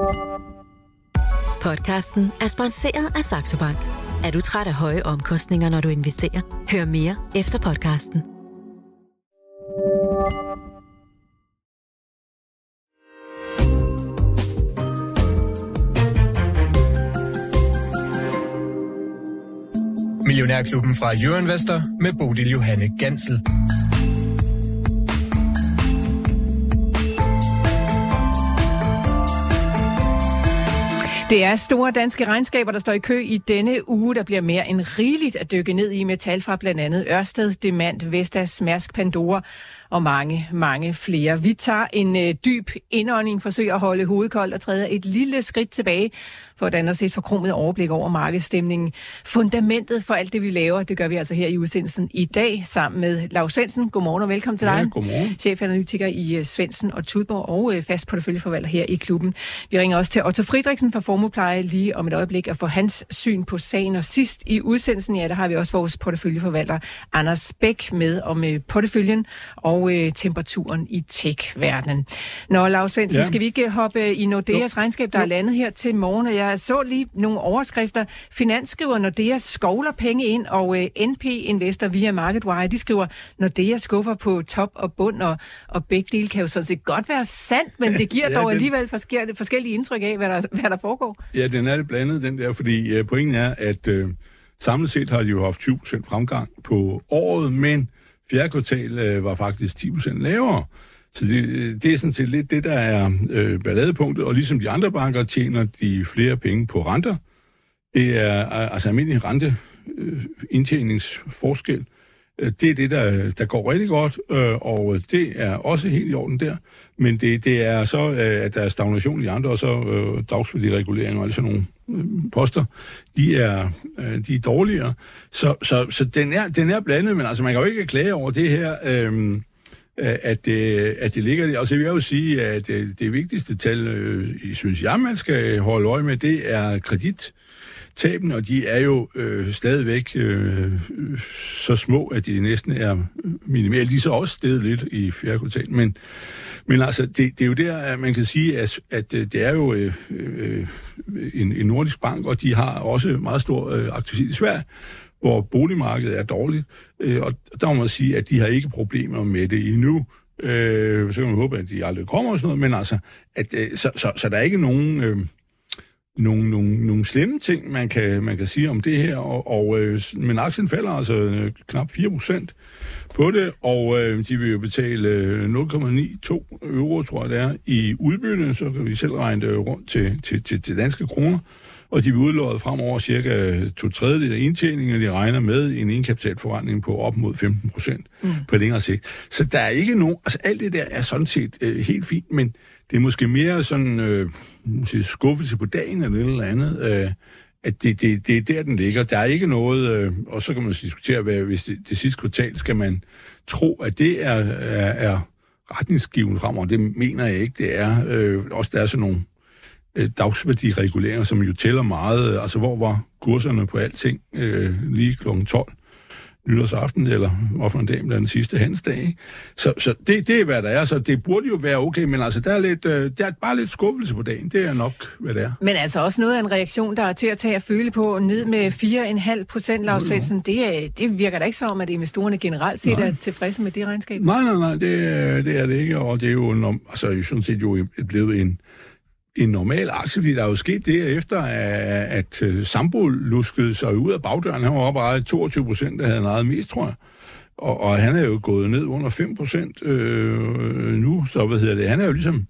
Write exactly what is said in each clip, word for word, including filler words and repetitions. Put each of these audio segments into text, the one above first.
Podcasten er sponsoreret af Saxo Bank. Er du træt af høje omkostninger, når du investerer? Hør mere efter podcasten. Millionærklubben fra Euroinvestor med Bodil Johanne Gansel. Det er store danske regnskaber, der står i kø i denne uge. Der bliver mere end rigeligt at dykke ned i med tal fra blandt andet Ørsted, Demant, Vestas, Mærsk, Pandora og mange, mange flere. Vi tager en øh, dyb indånding, forsøger at holde hovedet koldt og træder et lille skridt tilbage for at danne os et forkromet overblik over markedsstemningen. Fundamentet for alt det, vi laver, det gør vi altså her i udsendelsen i dag sammen med Lav Svendsen. Godmorgen og velkommen til dig. Ja, godmorgen. Chefanalytiker i uh, Svendsen og Tudborg og uh, fast porteføljeforvalter her i klubben. Vi ringer også til Otto Friedrichsen fra Formuepleje lige om et øjeblik og få hans syn på sagen. Og sidst i udsendelsen, ja, der har vi også vores porteføljeforvalter Anders Bæk med om uh, porteføljen og uh, temperaturen i tech-verdenen. Nå, Lav Svendsen, ja. Skal vi ikke hoppe i Nordeas jo. regnskab, der jo. er landet her til morgen? Jeg så lige nogle overskrifter. Finans skriver, Nordea skovler penge ind, og uh, N P Investor via MarketWire, de skriver, Nordea skuffer på top og bund, og, og begge dele kan jo sådan set godt være sandt, men det giver ja, dog den... alligevel forskellige, forskellige indtryk af, hvad der, hvad der foregår. Ja, den er lidt blandet, den der, fordi uh, pointen er, at uh, samlet set har de jo haft tyve procent fremgang på året, men fjerde kvartal uh, var faktisk ti procent lavere. Så det, det er sådan set lidt det, der er øh, balladepunktet, og ligesom de andre banker tjener de flere penge på renter. Det er altså almindelig renteindtjeningsforskel. Øh, det er det, der, der går rigtig godt, øh, og det er også helt i orden der. Men det, det er så, øh, at der er stagnation i andre, og så øh, dagsværdiregulering og alle sådan nogle øh, poster, de er, øh, de er dårligere. Så, så, så den, er, den er blandet, men altså man kan jo ikke klage over det her... Øh, At det, at det ligger der. Og så vil jeg jo sige, at det, det vigtigste tal, øh, synes jeg, man skal holde øje med, det er kredittabene, og de er jo øh, stadigvæk øh, så små, at de næsten er minimale. De er så også steget lidt i fjerde kvartal, men, men altså, det, det er jo der, at man kan sige, at, at det er jo øh, øh, en, en nordisk bank, og de har også meget stor øh, aktivitet i Sverige, hvor boligmarkedet er dårligt, øh, og der må man sige, at de har ikke problemer med det endnu. Øh, så kan man håbe, at de aldrig kommer og sådan noget, men altså, at, øh, så, så, så der er ikke nogen, øh, nogen, nogen, nogen slemme ting, man kan, man kan sige om det her, og, og, øh, men aktien falder altså øh, knap fire procent på det, og øh, de vil jo betale øh, nul komma niogtyve euro, tror jeg det er, i udbytte, så kan vi selv regne det rundt til, til, til, til danske kroner. Og de vil udlåde fremover cirka to tredjedel af indtjeningen, og de regner med en egenkapitalforretning på op mod femten procent mm. på længere sigt. Så der er ikke nogen... Altså alt det der er sådan set øh, helt fint, men det er måske mere sådan øh, skuffelse på dagen eller et eller andet, øh, at det, det, det er der, den ligger. Der er ikke noget... Øh, og så kan man diskutere, hvad, hvis det, det sidste kvartal skal man tro, at det er, er, er retningsgivende fremover. Det mener jeg ikke, det er. Øh, også der er sådan nogle dagsværdireguleringer, som jo tæller meget, altså hvor var kurserne på alting øh, lige klokken tolv nytårsaften, eller hvorfor en dag med den sidste handelsdag, ikke? Så, så det, det er, hvad der er, så det burde jo være okay, men altså, der er, lidt, øh, der er bare lidt skuffelse på dagen, det er nok, hvad det er. Men altså også noget af en reaktion, der er til at tage at føle på, ned med fire komma fem procent, Lav Svendsen, det, det virker da ikke så om, at investorerne generelt set nej. er tilfredse med det regnskab? Nej, nej, nej, det, det er det ikke, og det er jo, altså, sådan set jo blevet en en normal aktie, fordi der er jo sket det efter, at, at Sampo luskede sig ud af bagdøren. Han var oppe og ejede toogtyve procent, der havde han ejet mest, tror jeg. Og, og han er jo gået ned under fem procent øh, nu, så hvad hedder det? Han er jo ligesom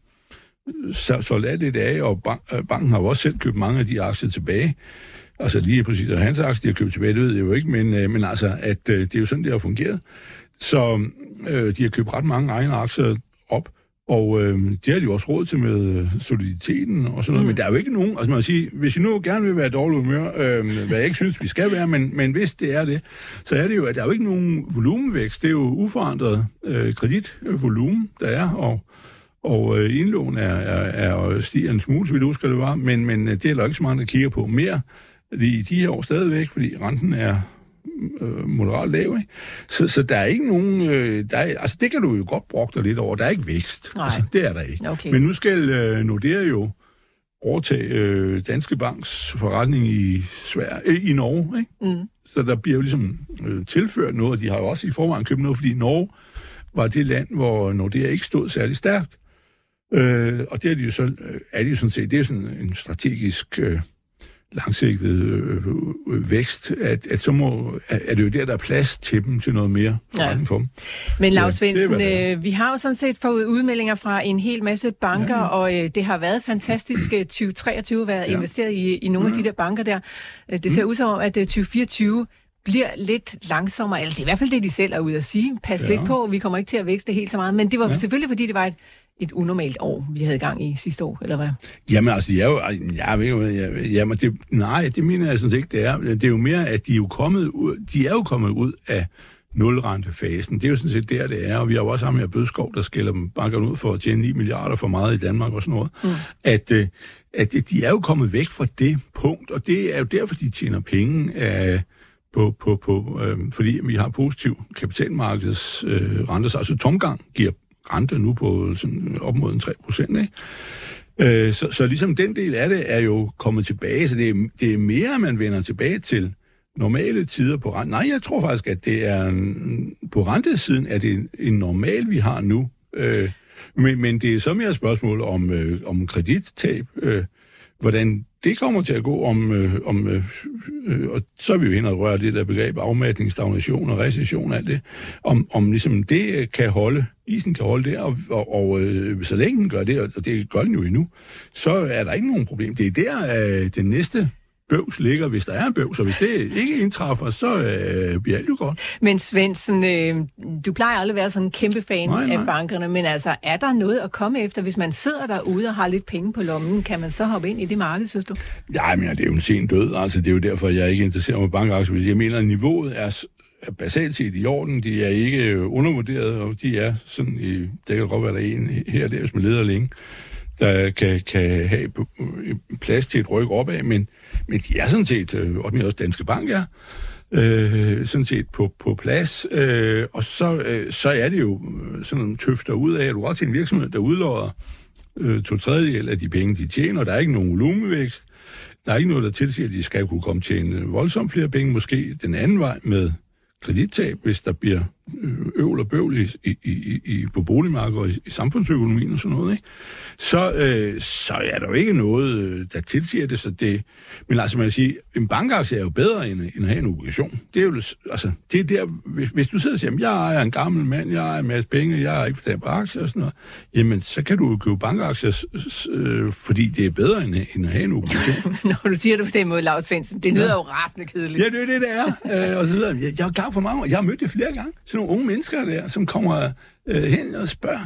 solgt af det af, og bank, banken har jo også selv købt mange af de aktier tilbage. Altså lige præcis, og hans aktier, de har købt tilbage, det ved jeg jo ikke, men, men altså, at det er jo sådan, det har fungeret. Så øh, de har købt ret mange egne aktier op, og øh, det har de jo også råd til med soliditeten og sådan noget, mm. men der er jo ikke nogen, altså man vil sige, hvis I nu gerne vil være dårlig humør, øh, hvad jeg ikke synes, vi skal være, men, men hvis det er det, så er det jo, at der er jo ikke nogen volumenvækst, det er jo uforandret øh, kreditvolumen, der er, og, og øh, indlån er, er, er stiger en smule, så vi husker, det var, men, men det er der ikke så mange, der kigger på mere i de her år stadigvæk, fordi renten er øh, moderat lav, ikke? Så, så der er ikke nogen... Øh, der er, altså, det kan du jo godt brokke dig lidt over. Der er ikke vækst. Altså, det er der ikke. Okay. Men nu skal øh, Nordea jo overtage øh, Danske Banks forretning i Sverige, øh, i Norge, ikke? Mm. Så der bliver jo ligesom øh, tilført noget, og de har jo også i forvejen købt noget, fordi Norge var det land, hvor Nordea ikke stod særlig stærkt. Øh, og det er de jo så, øh, er de jo sådan set, det er sådan en strategisk øh, langsigtet øh, vækst, at, at så må, er det jo der, der er plads til dem til noget mere forretning ja. for dem. Men Lav Svendsen, ja, øh, vi har jo sådan set fået udmeldinger fra en hel masse banker, ja. og øh, det har været fantastisk tyve treogtyve at være ja. investeret i, i nogle ja. af de der banker der. Det ser mm. ud som om, at tyve fireogtyve bliver lidt langsommere, eller det er i hvert fald det, de selv er ude at sige. Pas ja. lidt på, vi kommer ikke til at vækste helt så meget, men det var ja. selvfølgelig, fordi det var et et unormalt år, vi havde gang i sidste år, eller hvad? Jamen altså, jeg, jo, jeg ved jo, jeg, jamen, det, nej, det mener jeg sådan set ikke, det er. Det er jo mere, at de er jo kommet ud, de er jo kommet ud af nulrentefasen. Det er jo sådan set der, det er, og vi har jo også ham her Bødskov, der skælder bankerne ud for at tjene ni milliarder for meget i Danmark og sådan noget. Mm. At, at de er jo kommet væk fra det punkt, og det er jo derfor, de tjener penge af På, på, på, øh, fordi vi har positiv kapitalmarkeds øh, rente, altså tomgang giver rente nu på sådan op mod en tre procent, ikke? Øh, så, så ligesom den del af det er jo kommet tilbage, så det er, det er mere, man vender tilbage til normale tider på rente. Nej, jeg tror faktisk, at det er en, på rentesiden er det en, en normal, vi har nu. Øh, men, men det er så mere et spørgsmål om, øh, om kredittab, øh, hvordan det kommer til at gå om, øh, om øh, øh, og så er vi jo hen og røre det der begreb afmatning, stagnation og recession og alt det, om, om ligesom det kan holde, isen kan holde det, og, og, og øh, så længe den gør det, og det gør den jo endnu, så er der ikke nogen problem. Det er der, øh, den næste bøvs ligger, hvis der er en bøvs, og hvis det ikke indtræffer, så øh, bliver alt jo godt. Men Svendsen, øh, du plejer aldrig at være sådan en kæmpe fan nej, nej. af bankerne, men altså, er der noget at komme efter, hvis man sidder derude og har lidt penge på lommen, kan man så hoppe ind i det marked, synes du? Ja, men det er jo en sen død, altså det er jo derfor, jeg er ikke interesseret med bankaktier. Jeg mener, at niveauet er basalt set i orden, de er ikke undervurderet, og de er sådan i, det kan godt være, der er en her og der, hvis man leder længe, der kan, kan have plads til et ryk opad, men, men de er sådan set, og også Danske Bank er, øh, sådan set på, på plads, øh, og så, øh, så er det jo sådan nogle tøfter ud af, at du også er en virksomhed, der udlodder øh, to tredjedel af de penge, de tjener, der er ikke nogen volumenvækst, der er ikke noget, der tilsiger, at de skal kunne komme til en voldsomt flere penge, måske den anden vej med kredittab, hvis der bliver øvl og bøvl i, i, i, i, på boligmarkedet og i, i samfundsøkonomien og sådan noget, ikke? Så, øh, så er der jo ikke noget, der tilsiger det, så det... Men altså, man vil sige, en bankaktie er jo bedre end, end at have en obligation. Det er jo, altså, det er der, hvis, hvis du sidder og siger, jeg er en gammel mand, jeg har en masse penge, jeg har ikke forstået på aktier og sådan noget, jamen, så kan du jo købe bankaktier, øh, fordi det er bedre end, end at have en obligation. Når du siger det på den måde, Lav Svendsen, det lyder ja. jo rasende kedeligt. Ja, det er det, det er. Øh, og så videre. Jeg, jeg er klar for mange år. Jeg har mødt det flere gange. Sådan nogle unge mennesker der, som kommer øh, hen og spørger,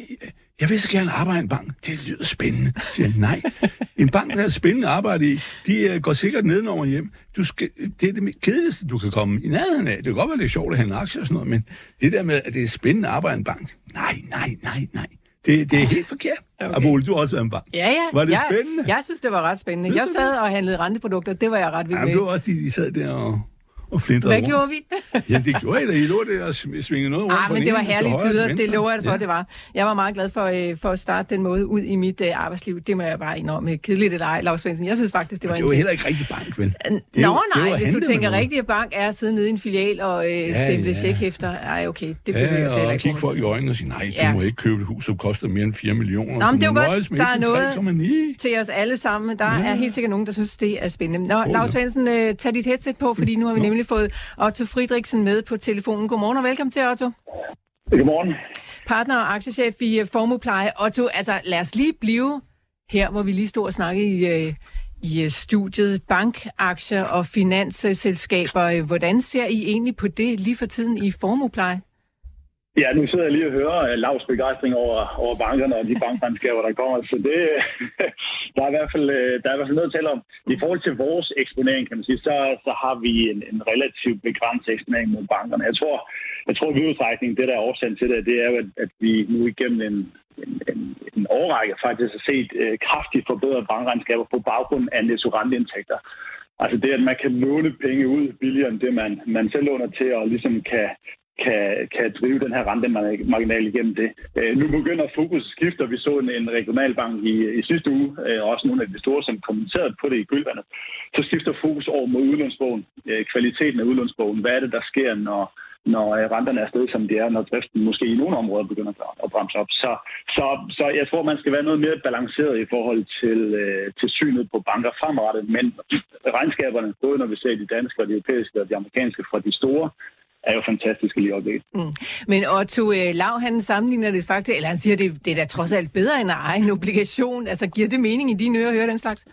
jeg vil så gerne arbejde i en bank. Det lyder spændende. Så siger jeg, nej. En bank, der er spændende at arbejde i, de uh, går sikkert nedenover hjem. Du skal, det er det kedeligste, du kan komme i nærheden af. Det kan godt være, det er sjovt at have en aktie og sådan noget, men det der med, at det er spændende at arbejde i en bank, nej, nej, nej, nej. Det, det er helt forkert. Okay. Abole, du har også været en bank. Ja, ja. Var det jeg, spændende? Jeg synes, det var ret spændende. Jeg sad og handlede renteprodukter. Det var jeg ret vild med. Ja, du også, de, de sad der og... Hvad rundt. Gjorde vi? Ja, det gjorde jeg da. I lå der og svingede noget rundt. Ah, men det var herlige tider. Det lover jeg det for, ja. det var. Jeg var meget glad for, øh, for at starte den måde ud i mit øh, arbejdsliv. Det må jeg bare indrømme. Kedeligt eller ej, Lav Svendsen. Jeg synes faktisk, det var men en... det var heller ikke rigtig bank, vel? Nå, jo, nej. Hvis du tænker rigtig bank er at sidde nede i en filial og øh, ja, stemple ja. checkhæfter. Ej, okay. Det behøver ja, jeg selv ikke. Og kigge folk i øjnene og sige, nej, du ja. må ikke købe et hus, som koster mere end fire millioner. Nå, men det er jo godt. Der er noget til os alle sammen. Der er helt sikkert nogen, der synes, det er spændende. Nå, Lav Svendsen, tag dit headset på, fordi nu har vi nemlig fået Otto Friedrichsen med på telefonen. Godmorgen og velkommen til, Otto. Godmorgen. Partner og aktiechef i Formupleje. Otto, altså lad os lige blive her, hvor vi lige stod og snakkede i, i studiet. Bankaktier og finansselskaber. Hvordan ser I egentlig på det lige for tiden i Formupleje? Ja, nu sidder jeg lige og hører Lavs begejstring over, over bankerne og de bankregnskaber, der kommer. Så det, der, er i hvert fald, der er i hvert fald noget at tale om. I forhold til vores eksponering, kan man sige, så, så har vi en, en relativt begrænset eksponering mod bankerne. Jeg tror, jeg tror, at udstrækning, det der er årsagen til det, det er jo, at, at vi nu igennem en, en, en, en årrække faktisk har set uh, kraftigt forbedrede bankregnskaber på baggrund af netto-renteindtægter. Altså det, at man kan låne penge ud billigere end det, man, man selv låner til, og ligesom kan kan, kan drive den her rentemarginal igennem det. Øh, nu begynder fokus skifter. Vi så en, en regionalbank i, i sidste uge, øh, også nogle af de store, som kommenterede på det i kølvandet. Så skifter fokus over mod udlånsbogen, øh, kvaliteten af udlånsbogen. Hvad er det, der sker, når, når øh, renterne er stedet, som de er, når driften måske i nogle områder begynder at bremse op. Så, så, så jeg tror, man skal være noget mere balanceret i forhold til, øh, til synet på banker fremadrettet, men regnskaberne, både når vi ser de danske og de europæiske og de amerikanske fra de store, er jo fantastiske lige øjeblikket. Mm. Men Otto Lau, han sammenligner det faktisk, eller han siger, det, det er da trods alt bedre end at eje en obligation. Altså, giver det mening i dine ører at høre den slags?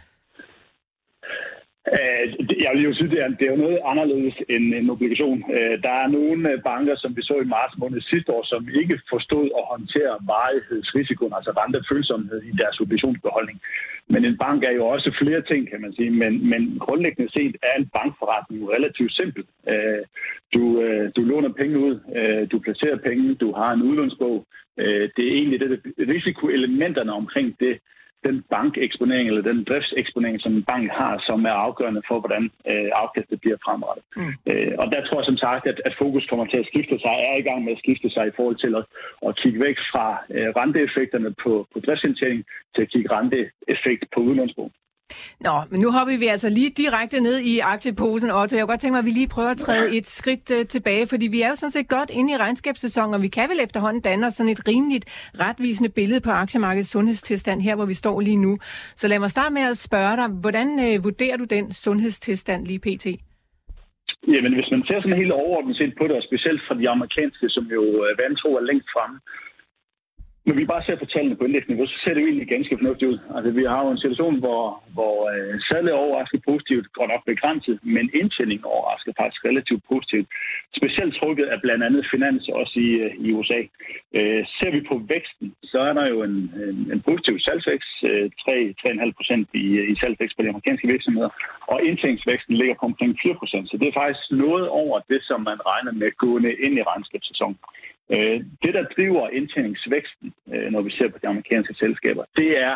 Jeg vil jo sige, det er, det er jo noget anderledes end en obligation. Der er nogle banker, som vi så i marts måned sidste år, som ikke forstod at håndtere varighedsrisikoen, altså rentefølsomhed i deres obligationsbeholdning. Men en bank er jo også flere ting, kan man sige. Men, men grundlæggende set er en bankforretning jo relativt simpel. Du, du låner penge ud, du placerer penge, du har en udlånsbog. Det er egentlig det, risikoelementerne omkring det, den bankeksponering eller den driftseksponering, som en bank har, som er afgørende for, hvordan øh, afkastet bliver fremrettet. Mm. Øh, og der tror jeg som sagt, at, at fokus kommer til at skifte sig, er i gang med at skifte sig i forhold til at, at kigge væk fra øh, renteeffekterne på, på driftsindtjening til at kigge renteeffekt på udlånsbogen. Nå, men nu hopper vi altså lige direkte ned i aktieposen, Otto. Jeg kunne godt tænke mig, at vi lige prøver at træde et skridt uh, tilbage, fordi vi er jo sådan set godt inde i regnskabssæsonen, og vi kan vel efterhånden danne os sådan et rimeligt retvisende billede på aktiemarkedets sundhedstilstand her, hvor vi står lige nu. Så lad mig starte med at spørge dig, hvordan uh, vurderer du den sundhedstilstand lige pt? Jamen, hvis man ser sådan helt overordnet set på det, og specielt fra de amerikanske, som jo uh, vantro er længst fremme, når vi bare ser på tallene på indeksniveau, så ser det jo egentlig ganske fornuftigt ud. Altså, vi har jo en situation, hvor, hvor øh, salget overrasker positivt, godt nok begrænset, men indtjeningen overrasker faktisk relativt positivt. Specielt trukket af blandt andet finans også i, øh, i U S A. Øh, ser vi på væksten, så er der jo en, en, en positiv salgsvækst, øh, tre komma fem procent i, i salgsvækst på de amerikanske virksomheder, og indtjeningsvæksten ligger på omkring fire procent. Så det er faktisk noget over det, som man regner med gående ind i regnskabssæsonen. Det, der driver indtjeningsvæksten, når vi ser på de amerikanske selskaber, det er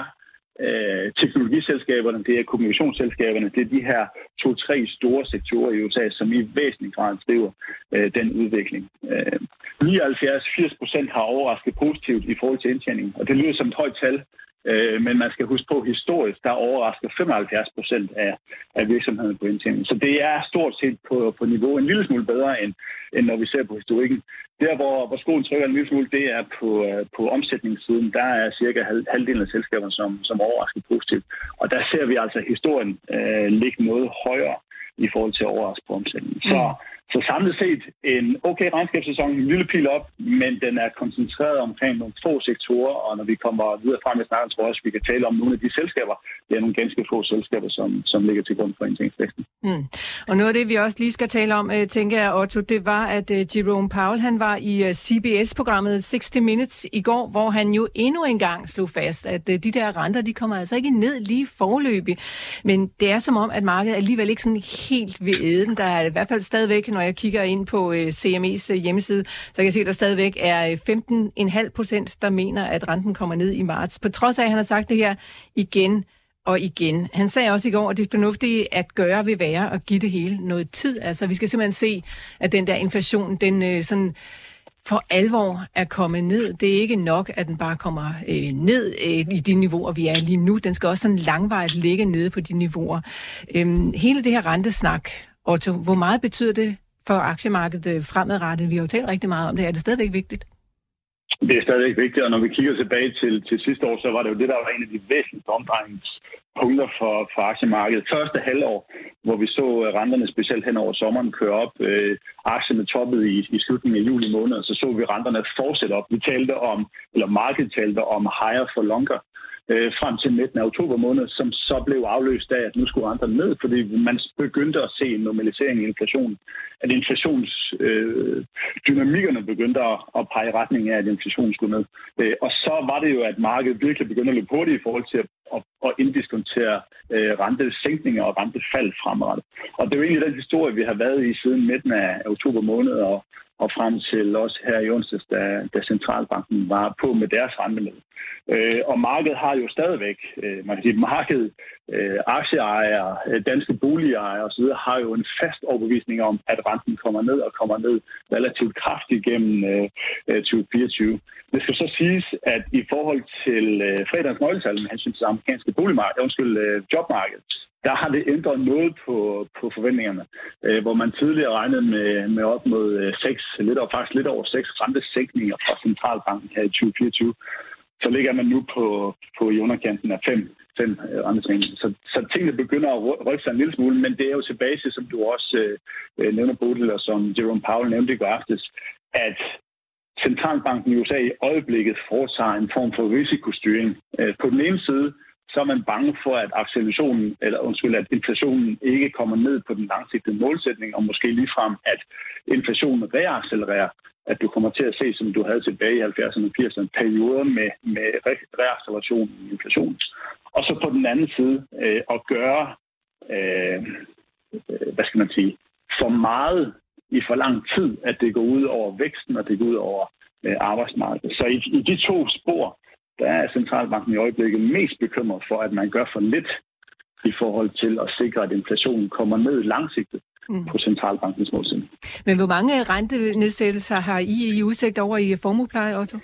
øh, teknologiselskaberne, det er kommunikationsselskaberne, det er de her to-tre store sektorer i U S A, som i væsentlig grad driver øh, den udvikling. Øh, nioghalvfjerds til firs procent har overrasket positivt i forhold til indtjeningen, og det lyder som et højt tal, øh, men man skal huske på, historisk, der overrasker femoghalvfjerds procent af, af virksomheden på indtjeningen. Så det er stort set på, på niveau en lille smule bedre, end, end når vi ser på historikken. Der, hvor, hvor skoen trykker en lille smule, det er på, på omsætningssiden. Der er cirka halv, halvdelen af selskaberne, som, som overrasker positivt. Og der ser vi altså historien øh, ligge noget højere i forhold til at overraske på omsætningen. Så, så samlet set en okay regnskabssæson, en lille pil op, men den er koncentreret omkring nogle få sektorer, og når vi kommer videre frem i snakken, tror jeg også, vi kan tale om nogle af de selskaber. Det er nogle ganske få selskaber, som, som ligger til grund for indtjeningsvæksten. Mm. Og noget af det, vi også lige skal tale om, tænker jeg, Otto, det var, at Jerome Powell, han var i C B S-programmet sixty minutes i går, hvor han jo endnu en gang slog fast, at de der renter, de kommer altså ikke ned lige forløbig. Men det er som om, at markedet alligevel ikke sådan helt ved æden. Der er i hvert fald stadigvæk, når jeg kigger ind på C M E's hjemmeside, så kan jeg se, at der stadigvæk er femten komma fem procent, der mener, at renten kommer ned i marts. På trods af, at han har sagt det her igen og igen. Han sagde også i går, at det fornuftige at gøre vil være at give det hele noget tid. Altså, vi skal simpelthen se, at den der inflation, den sådan for alvor er kommet ned. Det er ikke nok, at den bare kommer øh, ned øh, i de niveauer, vi er lige nu. Den skal også sådan langvarigt ligge nede på de niveauer. Øhm, hele det her rentesnak, Otto, hvor meget betyder det for aktiemarkedet fremadrettet? Vi har jo talt rigtig meget om det. Er det stadigvæk vigtigt? Det er stadigvæk vigtigt, og når vi kigger tilbage til, til sidste år, så var det jo det, der var en af de væsentligste omdrejningspunkter for, for aktiemarkedet. Første halvår, hvor vi så renterne specielt hen over sommeren køre op, øh, aktierne toppede i, i slutningen af juli måned, så så vi renterne fortsætte op. Vi talte om, eller markedet talte om higher for longer, øh, frem til midten af oktober måned, som så blev afløst af, at nu skulle renterne ned, fordi man begyndte at se en normalisering i inflationen. At inflationsdynamikkerne øh, begyndte at, at pege i retning af, at inflationen skulle ned. Øh, og så var det jo, at markedet virkelig begyndte at løbe hurtigt i forhold til at, at, at inddiskontere øh, rentesænkninger og rentefald fremadrettet. Og det er jo egentlig den historie, vi har været i siden midten af oktober måned, og, og frem til også her i onsdags, da, da centralbanken var på med deres rentemøde. Øh, og markedet har jo stadigvæk, øh, man kan sige, markedet, øh, aktieejere, danske boligejere osv. har jo en fast overbevisning om, at renten kommer ned og kommer ned relativt kraftigt gennem øh, tyve fireogtyve. Det skal så siges, at i forhold til øh, fredagens nøgletal med hensyn til det amerikanske boligmarked, undskyld, øh, jobmarked, der har det ændret noget på, på forventningerne, øh, hvor man tidligere regnede med, med op mod seks, lidt over, faktisk lidt over seks rentesænkninger fra centralbanken her i tyve fireogtyve. Så ligger man nu på, på i underkanten af fem, fem rentesænkninger. Så, så tingene begynder at rykke sig en lille smule, men det er jo tilbage til, som du også øh, nævner, Bodil, og som Jerome Powell nævnte i går aftes, at centralbanken i U S A i øjeblikket foretager en form for risikostyring. Øh, på den ene side, så er man bange for, at accelerationen, eller undskyld, at inflationen ikke kommer ned på den langsigtede målsætning, og måske ligefrem, at inflationen reaccelererer, at du kommer til at se, som du havde tilbage i halvfjerdserne og firserne, perioder med, med reacceleration i inflationen. Og så på den anden side, øh, at gøre, øh, hvad skal man sige, for meget i for lang tid, at det går ud over væksten, og det går ud over øh, arbejdsmarkedet. Så i, i de to spor, der er centralbanken i øjeblikket mest bekymret for, at man gør for lidt i forhold til at sikre, at inflationen kommer ned langsigtet mm. på centralbankens målsætning. Men hvor mange rentenedsættelser har I i udsigt over i formuepleje, Otto?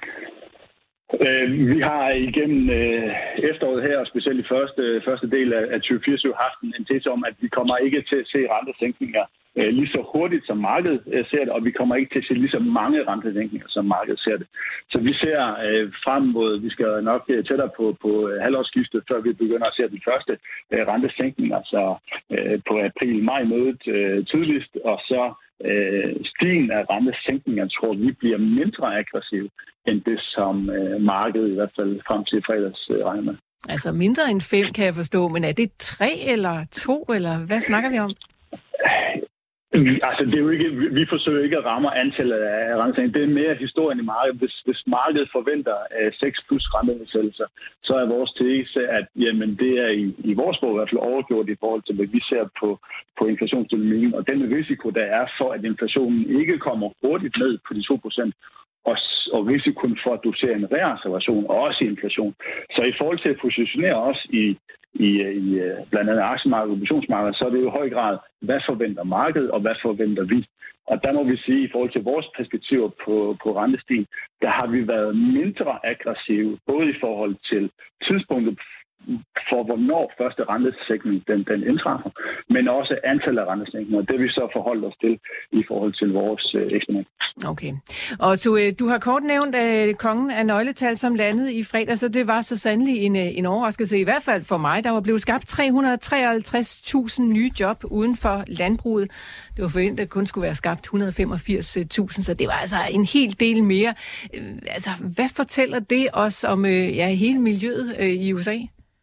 Øh, vi har igennem øh, efteråret her, og specielt i første, første del af tyve fireogtyve, haft en, en tese om, at vi kommer ikke til at se rentesænkninger øh, lige så hurtigt, som markedet øh, ser det, og vi kommer ikke til at se lige så mange rentesænkninger, som markedet ser det. Så vi ser øh, frem mod, vi skal nok tættere på, på øh, halvårsskiftet, før vi begynder at se de første øh, rentesænkninger, så øh, på april-maj-mødet øh, tidligst, og så Øh, stigen af rentesænkninger, tror vi bliver mindre aggressiv end det, som øh, markedet i hvert fald frem til fredags øh, regner med. Altså mindre end fem, kan jeg forstå, men er det tre eller to, eller hvad snakker vi om? Altså, det er jo ikke, vi forsøger ikke at ramme antallet af rentesænkninger. Det er mere historien i markedet. Hvis, hvis markedet forventer uh, seks plus rentenedsættelser, så er vores tese, at jamen, det er i, i vores bog i hvert fald overgjort i forhold til, hvad vi ser på, på inflationsdynamikken. Og den risiko, der er for, at inflationen ikke kommer hurtigt ned på de to procent, og, og risikoen for, at du ser en reacceleration og også inflation. Så i forhold til at positionere os i I, i blandt andet aktiemarkedet og obligationsmarkedet, så er det jo i høj grad, hvad forventer markedet, og hvad forventer vi? Og der må vi sige, i forhold til vores perspektiver på, på rentestigen, der har vi været mindre aggressive, både i forhold til tidspunktet for, hvornår første rentesænkning den, den indtræffer, men også antallet af rentesænkninger. Det vi så forholdt os til i forhold til vores øh, eksponent. Okay. Og så, øh, du har kort nævnt øh, kongen af nøgletal, som landede i fredag, så det var så sandelig en, øh, en overraskelse, i hvert fald for mig. Der var blevet skabt tre hundrede og treoghalvtreds tusind nye job uden for landbruget. Det var forventet, at kun skulle være skabt et hundrede og femogfirs tusind, så det var altså en hel del mere. Øh, altså, hvad fortæller det os om øh, ja, hele miljøet øh, i U S A?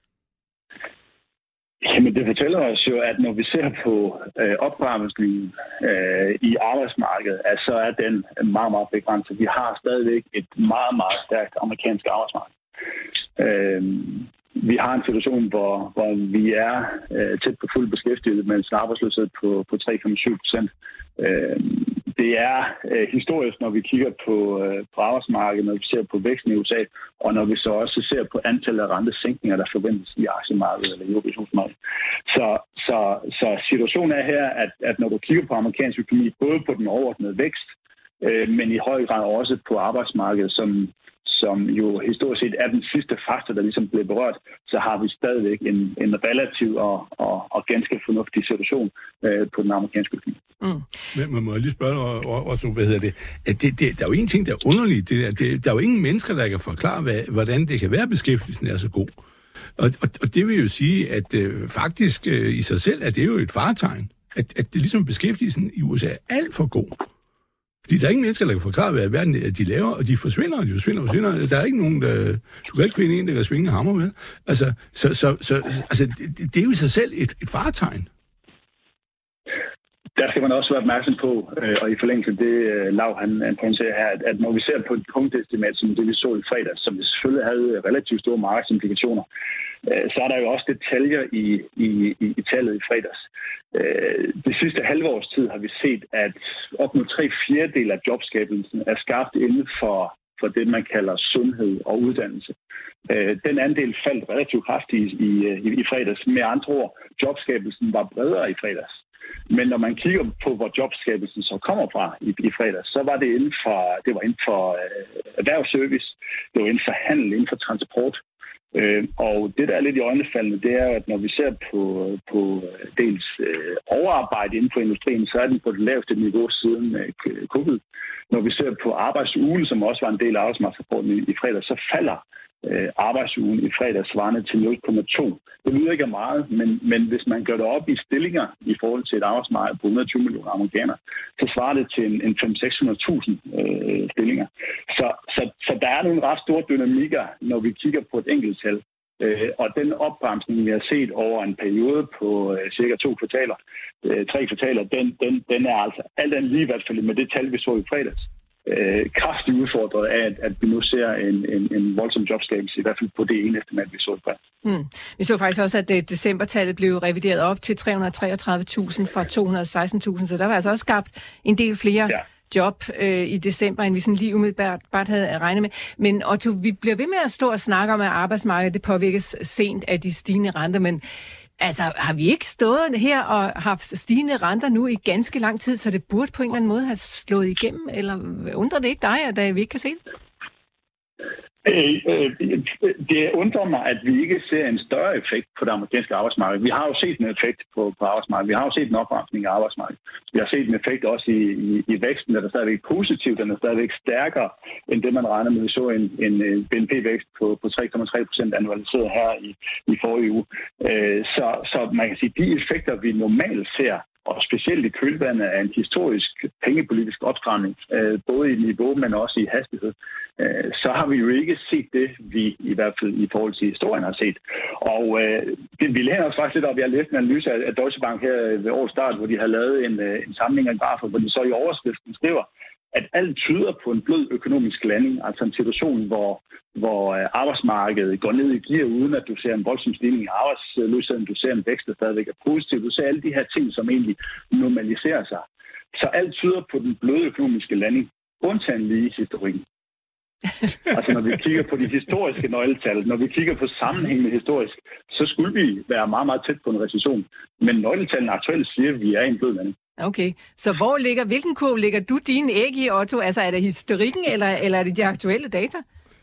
Jamen, det fortæller os jo, at når vi ser på øh, opvarmningslinjen øh, i arbejdsmarkedet, at så er den meget, meget begrænset. Vi har stadigvæk et meget, meget stærkt amerikansk arbejdsmarked. Øh, vi har en situation, hvor, hvor vi er øh, tæt på fuld beskæftiget, mens arbejdsløshed på, på tre komma syv procent. Øh, det er øh, historisk, når vi kigger på, øh, på arbejdsmarkedet, når vi ser på væksten i U S A, og når vi så også ser på antallet af rentesænkninger, der forventes i aktiemarkedet eller i obligationsmarkedet. Så, så, så situationen er her, at, at når du kigger på amerikansk økonomi, både på den overordnede vækst, øh, men i høj grad også på arbejdsmarkedet, som som jo historisk set er den sidste faktor, der ligesom blev berørt, så har vi stadigvæk en, en relativ og, og, og ganske fornuftig situation øh, på den amerikanske økonomi. Mm. Men man må lige spørge også, hvad hedder det? At det, det der er jo en ting, der er underligt. Det der, det, der er jo ingen mennesker, der kan forklare, hvad, hvordan det kan være, at beskæftigelsen er så god. Og, og, og det vil jo sige, at øh, faktisk øh, i sig selv, at det er jo et faretegn, at, at det ligesom beskæftigelsen i U S A er alt for god. Fordi der er ingen mennesker, der kan forklare, hvad verden de laver, og de forsvinder, og de forsvinder, og forsvinder. Der er ikke nogen, der... Du kan ikke finde en, der kan svinge hammer med. Altså, så, så, så, altså det, det er jo i sig selv et, et faretegn. Der skal man også være opmærksom på, og i forlængelse af det, Lav han, han pointerer her, at, at når vi ser på et punktestimat, som det vi så i fredags, som selvfølgelig havde relativt store markedsimplikationer, så er der jo også detaljer i, i, i, i tallet i fredags. Det sidste halve års tid har vi set, at op mod tre fjerdedel af jobskabelsen er skabt inden for, for det, man kalder sundhed og uddannelse. Den andel faldt relativt kraftigt i, i, i fredags. Med andre ord, jobskabelsen var bredere i fredags. Men når man kigger på, hvor jobskabelsen så kommer fra i, i fredags, så var det inden for, det var inden for øh, erhvervsservice, det var inden for handel, inden for transport. Øh, og det, der er lidt i øjnefaldende, det er, at når vi ser på, på dels øh, overarbejde inden for industrien, så er den på det laveste niveau siden øh, covid. Når vi ser på arbejdsugen, som også var en del af arbejdsmarkedsrapporten i, i fredags, så falder øh, arbejdsugen i fredags svarende til nul komma to. Det lyder ikke meget, men, men hvis man gør det op i stillinger i forhold til et arbejdsmarked på et hundrede og tyve millioner amerikanere, så svarer det til en, en fem til seks hundrede tusind øh, stillinger. Så, så, så der er nogle ret store dynamikker, når vi kigger på et enkelt tal. Øh, og den opbremsning, vi har set over en periode på øh, cirka to kvartaler, øh, tre kvartaler, den, den, den er altså alt andet lige i hvert fald med det tal, vi så i fredags. Øh, kraftigt udfordret af, at, at vi nu ser en, en, en voldsom jobskabelse, i hvert fald på det ene estimat, vi så i fredags. Mm. Vi så faktisk også, at det, decembertallet blev revideret op til tre hundrede og treogtredive tusind fra to hundrede og seksten tusind, så der var altså også skabt en del flere ja. job øh, i december, end vi sådan lige umiddelbart bare havde regnet med. Men Otto, vi bliver ved med at stå og snakke om, at arbejdsmarkedet det påvirkes sent af de stigende renter, men altså, har vi ikke stået her og haft stigende renter nu i ganske lang tid, så det burde på en eller anden måde have slået igennem, eller undrer det ikke dig, at vi ikke kan se det? Det undrer mig, at vi ikke ser en større effekt på det amerikanske arbejdsmarked. Vi har jo set en effekt på, på arbejdsmarkedet. Vi har jo set en opbremsning af arbejdsmarkedet. Vi har set en effekt også i, i, i væksten, der er stadigvæk positiv. Den er stadigvæk stærkere end det, man regner med. Vi så en, en B N P-vækst på, på tre komma tre procent annualiseret her i, i forrige uge. Så, så man kan sige, at de effekter, vi normalt ser, og specielt i kølvandet af en historisk pengepolitisk opstramning, øh, både i niveau, men også i hastighed, øh, så har vi jo ikke set det, vi i hvert fald i forhold til historien har set. Og øh, det, vi lærer os faktisk lidt op. Jeg har læst en analyse af, af Deutsche Bank her ved årets start, hvor de har lavet en, en samling af grafer, hvor de så i overskriften skriver, at alt tyder på en blød økonomisk landing, altså en situation, hvor, hvor arbejdsmarkedet går ned i gear, uden at du ser en voldsom stigning i arbejdsløsheden, du ser en vækst, der stadigvæk er positiv, du ser alle de her ting, som egentlig normaliserer sig. Så alt tyder på den bløde økonomiske landing, undtagen lige historikken. Altså når vi kigger på de historiske nøgletal, når vi kigger på sammenhængende historisk, så skulle vi være meget, meget tæt på en recession. Men nøgletallene aktuelt siger, at vi er i en blød landing. Okay, så hvor ligger, hvilken kurve ligger du dine æg i, Otto? Altså er det historikken, eller, eller er det de aktuelle data?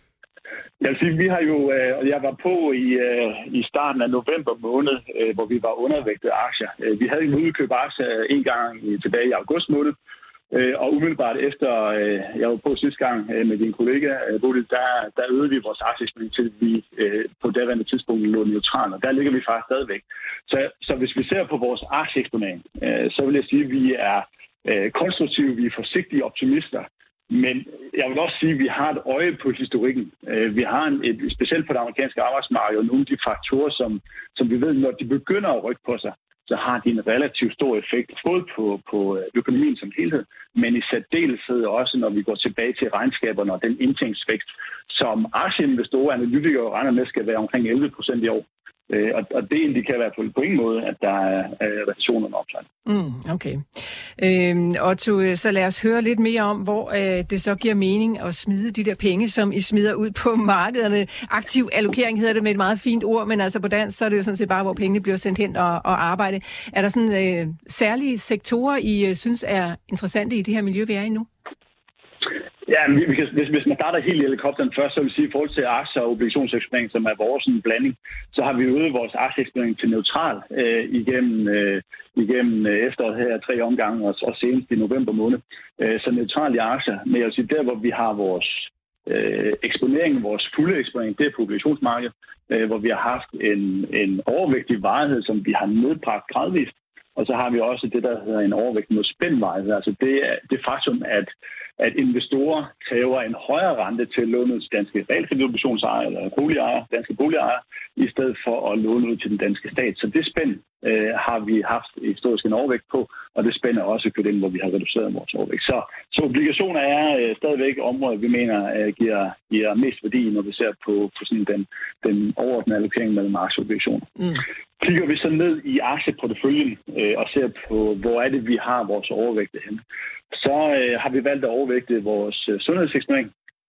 Jeg vil sige, vi har jo, og jeg var på i, i starten af november måned, hvor vi var undervægtet aktier. Vi havde en udkøb aktier en gang tilbage i august måned, og umiddelbart efter jeg var på sidste gang med din kollega, Bodil, der, der øgede vi vores aktieeksponering til, vi på daværende tidspunkt lå neutralt, og der ligger vi faktisk stadigvæk. Så, så hvis vi ser på vores aktieeksponering, så vil jeg sige, at vi er konstruktive, vi er forsigtige optimister. Men jeg vil også sige, at vi har et øje på historikken. Vi har en, et, specielt på det amerikanske arbejdsmarked, og nogle af de faktorer, som, som vi ved, når de begynder at rykke på sig, så har de en relativt stor effekt, både på, på økonomien som helhed, men i særdeleshed også, når vi går tilbage til regnskaberne og den indtægtsvækst, som aktieinvestorer og analytikere regner med skal være omkring elleve procent i år. Og, og det indikerer i hvert fald på ingen måde, at der er, er recessioner opsat. Mm, okay. Øhm, Otto, så lad os høre lidt mere om, hvor øh, det så giver mening at smide de der penge, som I smider ud på markederne. Aktiv allokering hedder det med et meget fint ord, men altså på dansk, så er det jo sådan set bare, hvor pengene bliver sendt hen og, og arbejde. Er der sådan øh, særlige sektorer, I øh, synes er interessante i det her miljø, vi er i nu? Ja, hvis, hvis man starter helt i helikopteren først, så vil jeg sige, i forhold til aktier og obligationseksponering, som er vores en blanding, så har vi øget vores aktieeksponering til neutral øh, igennem, øh, igennem efteråret her tre omgange, og, og senest i november måned. Øh, så neutral i aktier. Men jeg vil sige, der hvor vi har vores øh, eksponering, vores fulde eksponering, det er på obligationsmarkedet, øh, hvor vi har haft en, en overvægtig varighed, som vi har nedbragt gradvist. Og så har vi også det, der hedder en overvægt mod spændvejse. Altså det er det faktum, at, at investorer kræver en højere rente til at låne ud til danske realkreditobligationsejer eller boligejere, danske boligejere, i stedet for at låne ud til den danske stat. Så det spænd øh, har vi haft historisk en overvægt på, og det spænd er også kørt ind, hvor vi har reduceret vores overvægt. Så, så obligationer er øh, stadigvæk områder, vi mener øh, giver, giver mest værdi, når vi ser på, på sådan den, den overordnede allokering mellem aktier og obligationer. Mm. Kigger vi så ned i aktieporteføljen øh, og ser på, hvor er det, vi har vores overvægte henne, så øh, har vi valgt at overvægte vores øh, sundhedseksponering.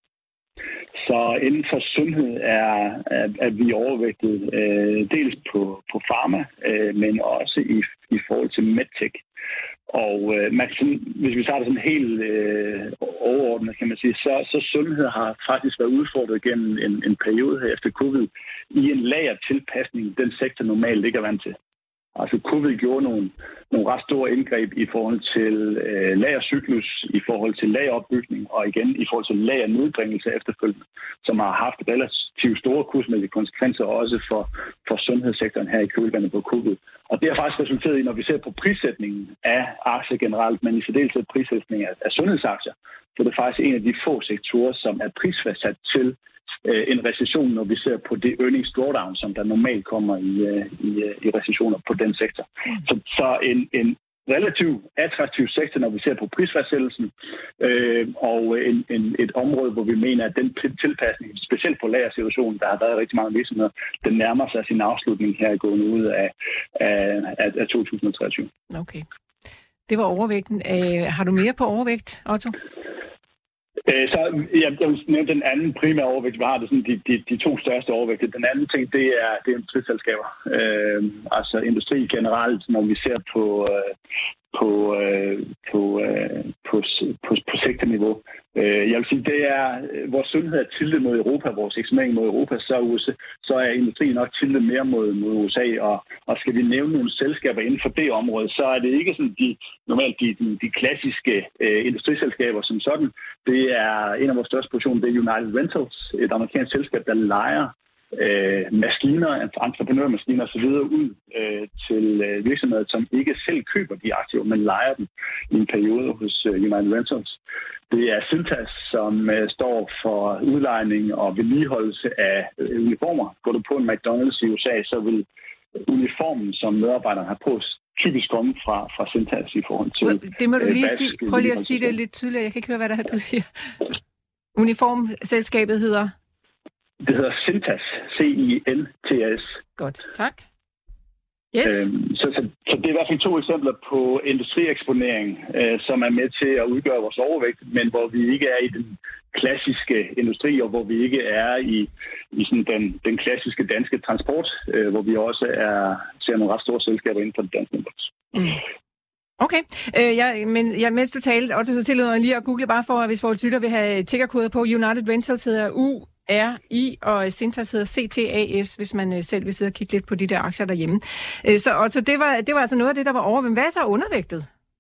Så inden for sundhed er, er, er vi overvægtet øh, dels på, på pharma, øh, men også i, i forhold til medtech. Og øh, man kan, hvis vi tager det sådan helt øh, overordnet, kan man sige, så, så sundhed har faktisk været udfordret gennem en, en periode her efter covid i en lagertilpasning, den sektor normalt ikke er vant til. Altså covid gjorde nogle, nogle ret store indgreb i forhold til øh, lagercyklus, i forhold til lageropbygning og igen i forhold til lagernedbringelse efterfølgende, som har haft relativt store kursmæssige konsekvenser også for, for sundhedssektoren her i kølvandet på covid. Og det har faktisk resulteret i, når vi ser på prissætningen af aktier generelt, men i særdeleshed prissætningen af, af sundhedsaktier, så det er faktisk en af de få sektorer, som er prisfastsat til en recession, når vi ser på det earnings drawdown, som der normalt kommer i, i, i recessioner på den sektor. Så, så en, en relativt attraktiv sektor, når vi ser på prisfastsættelsen, øh, og en, en, et område, hvor vi mener, at den tilpasning, specielt på lagersituationen, der har været rigtig mange virksomheder, den nærmer sig sin afslutning her gående ud af, af, af, af to tusind og treogtyve. Okay. Det var overvægten. Øh, har du mere på overvægt, Otto? Så jeg, jeg vil nævne den anden primære overvægt, vi har, det er sådan de, de, de to største overvægte. Den anden ting, det er, det er industriselskaber. Øh, altså industri generelt, når vi ser på, øh, på, øh, på, øh, på, på, på sektorniveau. Øh, jeg vil sige, det er, vores sundhed er tiltet mod Europa, vores eksponering mod Europa, så, U S A, så er industrien nok tiltet mere mod, mod U S A, og, og skal vi nævne nogle selskaber inden for det område, så er det ikke sådan de normalt de, de, de klassiske øh, industriselskaber som sådan. Det er en af vores største positioner, det er United Rentals, et amerikansk selskab, der lejer øh, maskiner, entreprenørmaskiner osv. ud øh, til øh, virksomheder, som ikke selv køber de aktiver, men lejer dem i en periode hos øh, United Rentals. Det er Cintas, som øh, står for udlejning og vedligeholdelse af øh, uniformer. Går du på en McDonald's i U S A, så vil uniformen, som medarbejderne har på, typisk komme fra, fra Cintas i forhold til... Det må du lige sige. Prøv lige at sige det lidt tydeligere. Jeg kan ikke høre, hvad der er, du siger. Uniformselskabet hedder? Det hedder Cintas. C I N T S. Godt, tak. Yes. Øhm, så, så, så det er i hvert fald to eksempler på industrieksponering, øh, som er med til at udgøre vores overvægt, men hvor vi ikke er i den klassiske industri, og hvor vi ikke er i, i sådan den, den klassiske danske transport, øh, hvor vi også er, ser nogle ret store selskaber inden for den danske industri. Mm. Okay, øh, jeg, men jeg, mens du talte, og så tillod mig lige at google bare for, hvis vores lytter vil have tickerkoder på. United Rentals hedder U R I, og Cintas hedder C T A S, hvis man selv vil sidde og kigge lidt på de der aktier derhjemme. Øh, så og så det, var, det var altså noget af det, der var over. Men hvad er så undervægtet?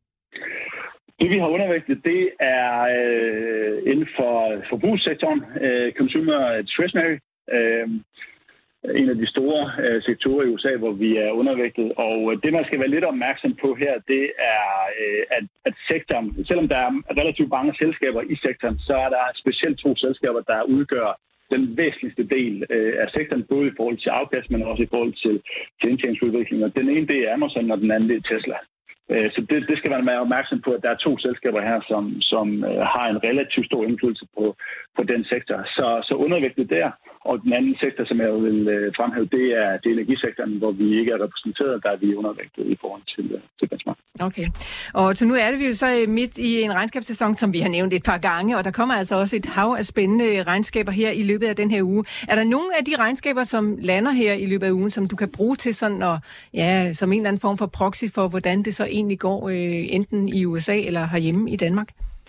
Det, vi har undervægtet, det er øh, inden for forbrugssektoren, øh, consumer discretionary. Øh, en af de store øh, sektorer i U S A, hvor vi er undervægtet. Og det, man skal være lidt opmærksom på her, det er, øh, at, at sektoren, selvom der er relativt mange selskaber i sektoren, så er der specielt to selskaber, der udgør den væsentligste del øh, af sektoren, både i forhold til afkast, men også i forhold til, til indtjeningsudvikling. Og den ene, det er Amazon, og den anden, det er Tesla. Så det, det skal man være opmærksom på, at der er to selskaber her, som, som uh, har en relativt stor indflydelse på, på den sektor. Så, så undervægtet der, og den anden sektor, som jeg vil uh, fremhæve, det er, det er energisektoren, hvor vi ikke er repræsenteret, der er vi undervægtet i forhold til, uh, til benchmark. Okay, og så nu er det vi jo så midt i en regnskabssæson, som vi har nævnt et par gange, og der kommer altså også et hav af spændende regnskaber her i løbet af den her uge. Er der nogle af de regnskaber, som lander her i løbet af ugen, som du kan bruge til sådan, og, ja, som en eller anden form for proxy for, hvordan det så egentlig går, øh, enten i U S A eller herhjemme i Danmark?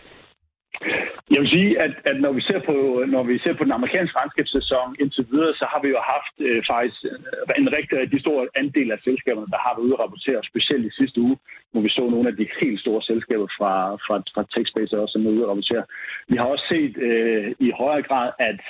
Jeg vil sige, at, at når vi ser på når vi ser på den amerikanske regnskabssæson indtil videre, så har vi jo haft øh, faktisk en rigtig, rigtig stor andel af selskaberne, der har været ude at rapportere, specielt i sidste uge, hvor vi så nogle af de helt store selskaber fra, fra, fra TechSpace også, som er ude at rapportere. Vi har også set øh, i højere grad, at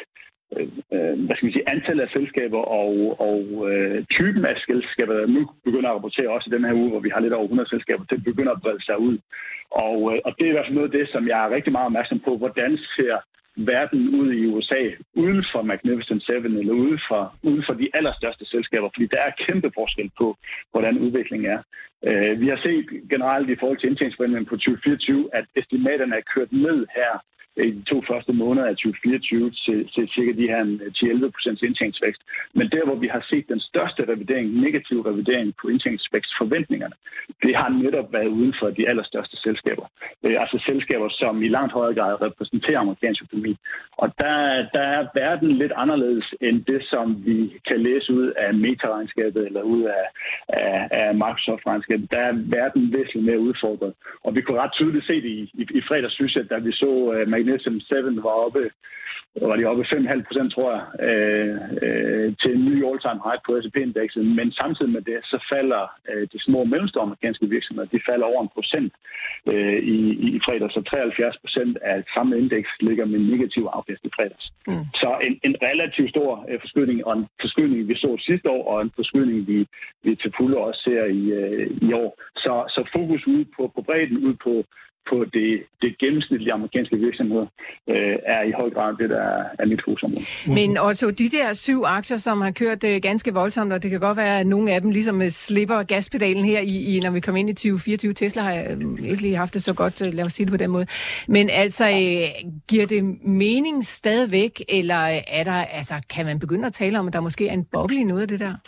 øh, hvad skal vi sige, antallet af selskaber og, og øh, typen af selskaber, der nu begynder at rapportere også i den her uge, hvor vi har lidt over hundrede selskaber, det begynder at brede sig ud. Og, øh, og det er i hvert fald noget af det, som jeg er rigtig meget opmærksom på, hvordan ser verden ud i U S A, uden for Magnificent Seven, eller uden for, uden for de allerstørste selskaber, fordi der er kæmpe forskel på, hvordan udviklingen er. Uh, vi har set generelt i forhold til indtjeningsforventningen på tyve fireogtyve, at estimaterne er kørt ned her i de to første måneder af tyve fireogtyve til, til cirka de her ti til elleve procent indtjeningsvækst. Men der, hvor vi har set den største revidering, negativ revidering på indtjeningsvækstforventningerne, det har netop været uden for de allerstørste selskaber. Øh, altså selskaber, som i langt højere grad repræsenterer amerikansk økonomi. Og der, der er verden lidt anderledes end det, som vi kan læse ud af Meta-regnskabet eller ud af, af, af Microsoft-regnskabet. Der er verden væsentligt mere udfordret. Og vi kunne ret tydeligt se det i, i, i fredags, synes jeg, da vi så uh, Magnificent Seven var oppe, var de oppe fem komma fem procent, tror jeg, øh, øh, til en ny all-time high på S and P-indekset. Men samtidig med det, så falder øh, de små og mellemstore amerikanske virksomheder, de falder over en procent øh, i, i fredags. Så treoghalvfjerds procent af et samlet indeks ligger med negativ afkast i fredags. Mm. Så en, en relativt stor øh, forskydning, og en forskydning, vi så sidste år, og en forskydning, vi, vi til fulde også ser i, øh, i år. Så, så fokus ud på, på bredden, ud på på det, det gennemsnitlige amerikanske virksomheder, øh, er i høj grad det, der er mit fokusområde. Men også de der syv aktier, som har kørt øh, ganske voldsomt, og det kan godt være, at nogle af dem ligesom slipper gaspedalen her, i, i, når vi kommer ind i tyve fireogtyve. Tesla har øh, ikke lige haft det så godt, øh, lad os sige det på den måde. Men altså, øh, giver det mening stadigvæk, eller er der, altså, kan man begynde at tale om, at der måske er en boble i noget af det der?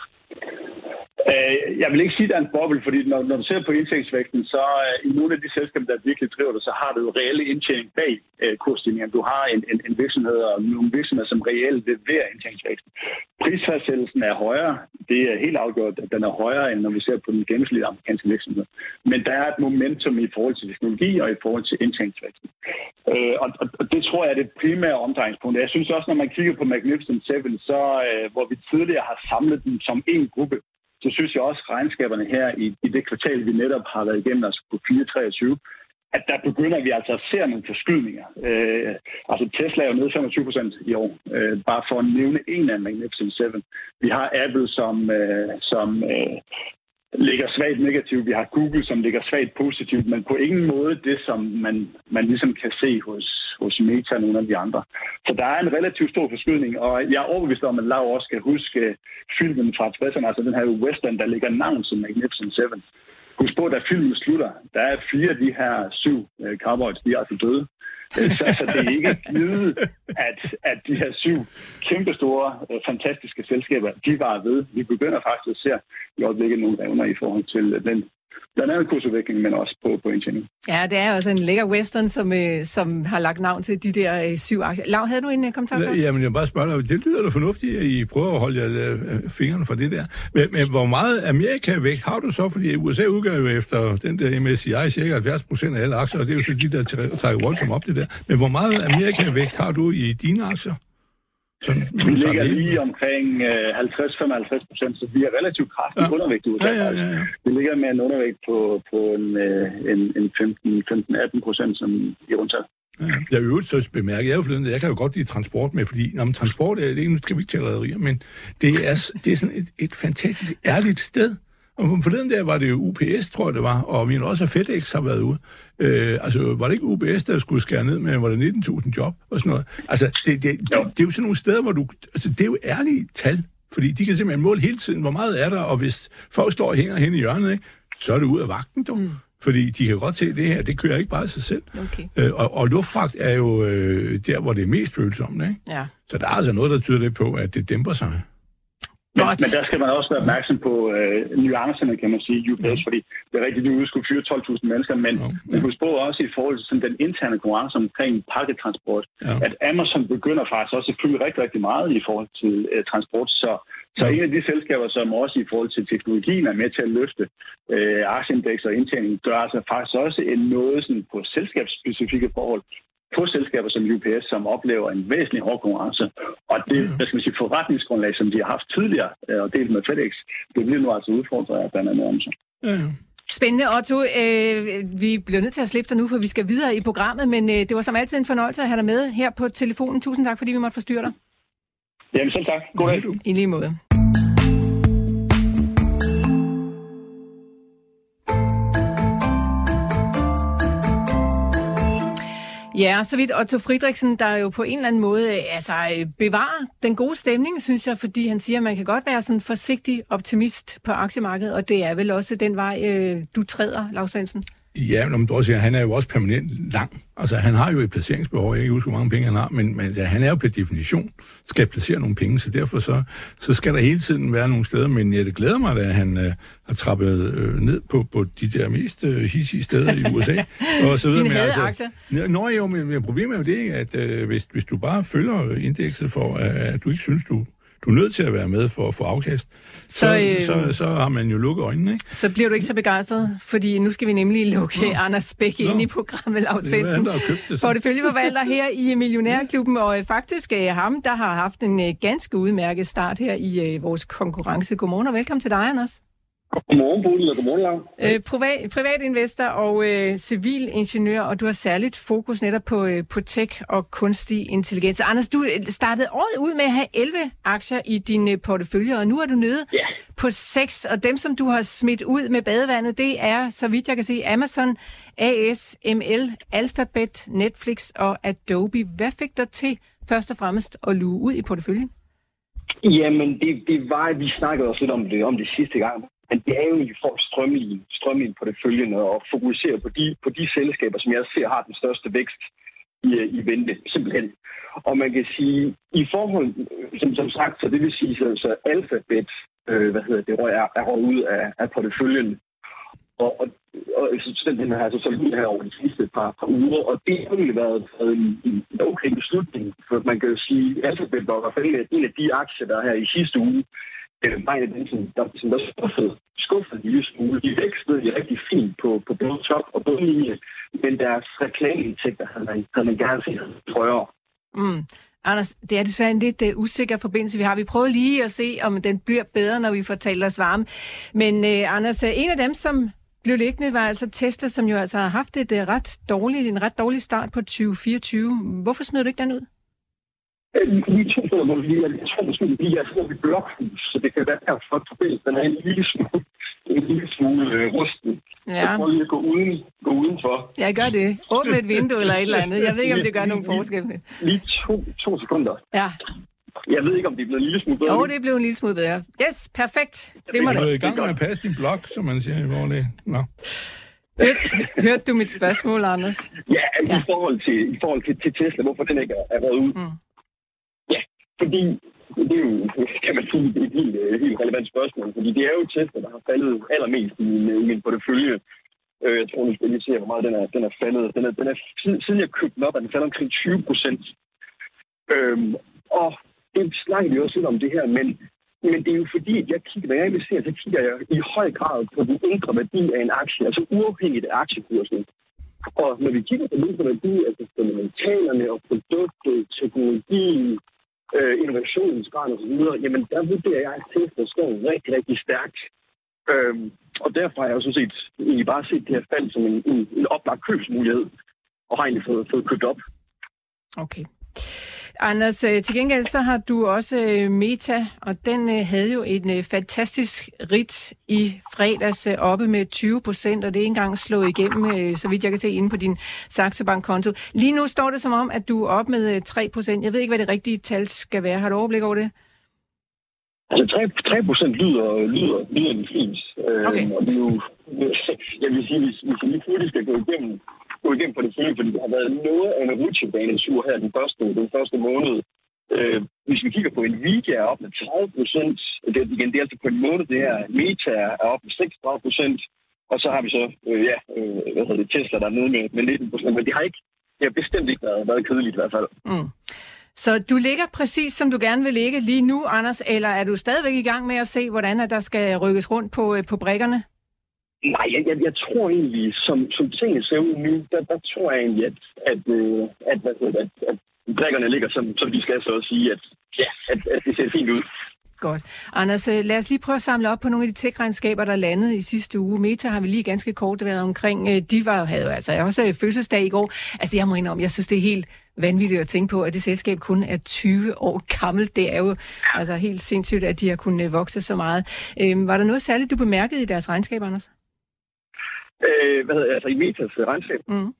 Jeg vil ikke sige, at der er en boble, fordi når, når du ser på indtægtsvæksten, så uh, i nogle af de selskaber, der virkelig driver det, så har du jo reelle indtjening bag uh, kursstigningen. Du har en, en, en virksomhed og nogle virksomheder, som reelt leverer indtægtsvæksten. Prisfastsættelsen er højere. Det er helt afgjort, at den er højere, end når vi ser på den gennemsnitlige amerikanske virksomhed. Men der er et momentum i forhold til teknologi og i forhold til indtægtsvæksten. Uh, og, og, og det tror jeg er det primære omdrejningspunkt. Jeg synes også, når man kigger på Magnificent Seven, så uh, hvor vi tidligere har samlet dem som en gruppe, så synes jeg også, at regnskaberne her i, i det kvartal, vi netop har været igennem, altså på fire treogtyve, at der begynder vi altså at se nogle forskydninger. Øh, altså Tesla er jo nede femogtyve procent i år, øh, bare for at nævne en af Magnificent Seven. Vi har Apple, som, øh, som øh, ligger svagt negativt. Vi har Google, som ligger svagt positivt, men på ingen måde det, som man, man ligesom kan se hos, hos Meta og nogle af de andre. Så der er en relativt stor forskydning, og jeg er overbevist om, at Lav også skal huske filmen fra tresserne, altså den her western, der ligger navn som Magnificent Seven. Husk på, da filmen slutter, der er fire af de her syv uh, cowboys, de er altså døde. Så, så det er ikke givet, at, at de her syv kæmpestore, uh, fantastiske selskaber, de var ved. Vi begynder faktisk at se i øjeblikket nogle evner i forhold til den, blandt andet kursudvikling, men også på, på indtjening. Ja, det er også en lækker western, som, øh, som har lagt navn til de der øh, syv aktier. Lav, havde du en uh, kommentar til? Jamen, jeg vil bare spørge dig, det lyder da fornuftigt, at I prøver at holde jer øh, fingrene fra det der. Men, men hvor meget Amerika-vægt har du så? Fordi U S A udgør jo efter den der M S C I cirka halvfjerds procent af alle aktier, og det er jo så de, der trækker voldsomt op det der. Men hvor meget Amerika-vægt har du i dine aktier? Sådan, vi ligger lige omkring øh, halvtreds til femoghalvtreds procent, så vi er relativt kraftigt ja. undervægt ud. Ja, ja, ja, ja. Vi ligger med en undervægt på, på en, øh, en, en femten til atten procent som i rundtal. Ja, jeg vil jo så bemærke, jeg er jo forleden, jeg kan jo godt lide transport med, fordi når man transport er det ikke, nu skal vi ikke tale rederier, men det er, det er sådan et, et fantastisk ærligt sted. Og forleden der var det jo U P S, tror jeg det var, og vi har også FedEx har været ude. Øh, altså, var det ikke U P S, der skulle skære ned med, var det nitten tusind job og sådan noget? Altså, det, det, det, det, det er jo sådan nogle steder, hvor du... Altså, det er jo ærlige tal, fordi de kan simpelthen måle hele tiden, hvor meget er der, og hvis folk står og hænger hen i hjørnet, ikke, så er det ud af vagten, dog. Mm. Fordi de kan godt se, at det her, det kører ikke bare af sig selv. Okay. Øh, og, og luftfragt er jo øh, der, hvor det er mest følsomt, ikke? Ja. Så der er altså noget, der tyder det på, at det dæmper sig. Men, men der skal man også være opmærksom på øh, nuancerne, kan man sige, U P S, ja. Fordi det er rigtigt, at vi skulle fyre tolv tusind mennesker, men ja. man husker på også i forhold til sådan, den interne konkurrence omkring pakketransport, ja. At Amazon begynder faktisk også at fylde rigtig, rigtig meget i forhold til øh, transport, så, så ja. En af de selskaber, som også i forhold til teknologien er med til at løfte øh, aktieindeks og indtjening, gør altså faktisk også en noget sådan, på selskabsspecifikke forhold, på selskaber som U P S, som oplever en væsentlig hård konkurrence. Og det, hvad skal man sige, forretningsgrundlag, som de har haft tidligere og delt med FedEx, det bliver nu altså udfordret af blandt andet Amazon. Ja. Spændende, Otto. Øh, vi bliver nødt til at slippe dig nu, for vi skal videre i programmet, men øh, det var som altid en fornøjelse at have dig med her på telefonen. Tusind tak, fordi vi måtte forstyrre dig. Jamen selv tak. God dag. I lige måde. Ja, så vidt Otto Friedrichsen, der jo på en eller anden måde altså, bevarer den gode stemning, synes jeg, fordi han siger, at man kan godt være sådan forsigtig optimist på aktiemarkedet, og det er vel også den vej, du træder, Lars Svendsen. Ja, men du også siger, han er jo også permanent lang. Altså, han har jo et placeringsbehov. Jeg kan ikke huske, hvor mange penge han har, men, men ja, han er jo per definition skal placere nogle penge, så derfor så, så skal der hele tiden være nogle steder. Men ja, det glæder mig, at han øh, har trappet øh, ned på, på de der mest øh, hissige steder i U S A. Og så videre. Dine altså, aktier? Nå jo, men problemet er jo det, at øh, hvis, hvis du bare følger indekset for, at, at du ikke synes, du Du er nødt til at være med for at få afkast. Så, så, øh, så, så har man jo lukket øjnene, ikke? Så bliver du ikke så begejstret, fordi nu skal vi nemlig lukke Nå. Anders Bæk ind Nå. i programmet, Lars Svendsen. Porteføljeforvalter her i Millionærklubben, og faktisk øh, ham, der har haft en øh, ganske udmærket start her i øh, vores konkurrence. Godmorgen og velkommen til dig, Anders. Godmorgen, Bodil, og godmorgen, Lav. Øh, privat, privatinvestor og øh, civilingeniør, og du har særligt fokus netop på, øh, på tech og kunstig intelligens. Anders, du startede året ud med at have elleve aktier i din øh, portefølje, og nu er du nede yeah. på seks, og dem, som du har smidt ud med badevandet, det er, så vidt jeg kan se, Amazon, A S M L, Alphabet, Netflix og Adobe. Hvad fik dig til først og fremmest at luge ud i porteføljen? Jamen, det, det var, at vi snakkede også lidt om det, om det sidste gang. Men det er jo egentlig for at strømline, strømline på det følgende og fokusere på de, på de selskaber, som jeg ser har den største vækst i, i vente, simpelthen. Og man kan sige, i forhold, som, som sagt, så det vil sige, så, så Alphabet, øh, hvad hedder det, er, er ud af, af porteføljen. Og, og, og så den her, altså, så lige her over de sidste par, par uger, og det har egentlig været en, en okay beslutning, for man kan jo sige, Alphabet var i hvert fald en af de aktier, der her i sidste uge, det var en af dem, som der, som der skuffede, skuffede en lille smule. De vækstede de rigtig fint på, på både top og bundlinje, men deres reklameindtægter havde man, havde man gerne set højere. Mm. Anders, det er desværre en lidt uh, usikker forbindelse, vi har. Vi prøver lige at se, om den bliver bedre, når vi får talt os varme. Men uh, Anders, uh, en af dem, som blev liggende, var altså Tesla, som jo altså har haft et uh, ret dårligt, en ret dårlig start på tyve fireogtyve. Hvorfor smider du ikke den ud? Vi to steder, hvor vi jeg tror måske, at vi er sådan et blokhus, så det kan være her for forbindelse. Den er en lille smule, en lille smule øh, rusten. Ja. Jeg prøver lige at gå, uden, gå udenfor. Jeg gør det. Åbne et vindue eller et eller andet. Jeg ved ikke, om det gør nogen forskel. Lige to, to sekunder. Ja. Jeg ved ikke, om det er blevet en lille smule bedre. Jo, det er blevet en lille smule bedre. Yes, perfekt. Det må du. Du er i gang med at passe din blog, som man siger i vores. Nå. Hørte, hørte du mit spørgsmål, Anders? Ja, altså ja. I forhold til, i forhold til, til Tesla, hvorfor den ikke er, er røget ud. Mm. Ja, fordi det er jo, kan man sige, det er et helt, helt relevant spørgsmål, fordi det er jo Tesla, der har faldet allermest i min, i min portefølje. Jeg tror, nu skal lige se, hvor meget den er, den er faldet. Den er, den er, siden jeg købte den op, er den faldet omkring tyve procent. Øhm, og det snakker vi også lidt om det her, men, men det er jo fordi, at jeg kigger, når jeg investerer, så kigger jeg i høj grad på den indre værdi af en aktie, altså uafhængigt af aktiekursen. Og når vi kigger på den indre værdi, altså fundamentalerne og produktet, teknologien, øh, innovationsgraden osv., jamen der vurderer jeg, at Tesla står rigtig, rigtig stærkt. Øhm, og derfor har jeg jo sådan set egentlig bare set det her fald som en, en, en oplagt købsmulighed, og har egentlig fået, fået købt op. Okay. Anders, til gengæld så har du også Meta, og den havde jo en fantastisk ridt i fredags oppe med tyve procent, og det er ikke engang slået igennem, så vidt jeg kan se, inde på din Saxo Bank-konto. Lige nu står det som om, at du er oppe med tre procent. Jeg ved ikke, hvad det rigtige tal skal være. Har du overblik over det? Altså tre procent lyder, lyder, lyder en fint. Okay. Øhm, og nu, jeg vil sige, hvis, hvis vi lige hurtigt skal gå igennem, gå igennem på det følge, fordi det har været noget af en rutsjebanetur her den første, den første måned. Øh, hvis vi kigger på Nvidia er op med tredive procent, det, igen, det er altså på en måned, det her Meta er op med seksogtredive procent, og så har vi så, øh, ja, øh, hvad hedder det, Tesla, der er nede med, med nitten procent, men det har ikke, det har bestemt ikke været, været kedeligt i hvert fald. Mm. Så du ligger præcis, som du gerne vil ligge lige nu, Anders, eller er du stadigvæk i gang med at se, hvordan at der skal rykkes rundt på, på brikkerne? Nej, jeg, jeg, jeg tror egentlig, som, som tingene ser ud nu, der, der tror jeg egentlig, at, at, at, at, at, at brikkerne ligger, som, som de skal så at sige, at, ja, at, at det ser fint ud. Godt. Anders, lad os lige prøve at samle op på nogle af de tech-regnskaber, der landede i sidste uge. Meta har vi lige ganske kort været omkring. De var, havde jo altså også fødselsdag i går. Altså, jeg må indrømme, jeg synes, det er helt vanvittigt at tænke på, at det selskab kun er tyve år gammelt. Det er jo altså helt sindssygt, at de har kunnet vokse så meget. Øh, var der noget særligt, du bemærkede i deres regnskab, Anders? Øh, hvad hedder det? Altså i Metas regnskab? Mm.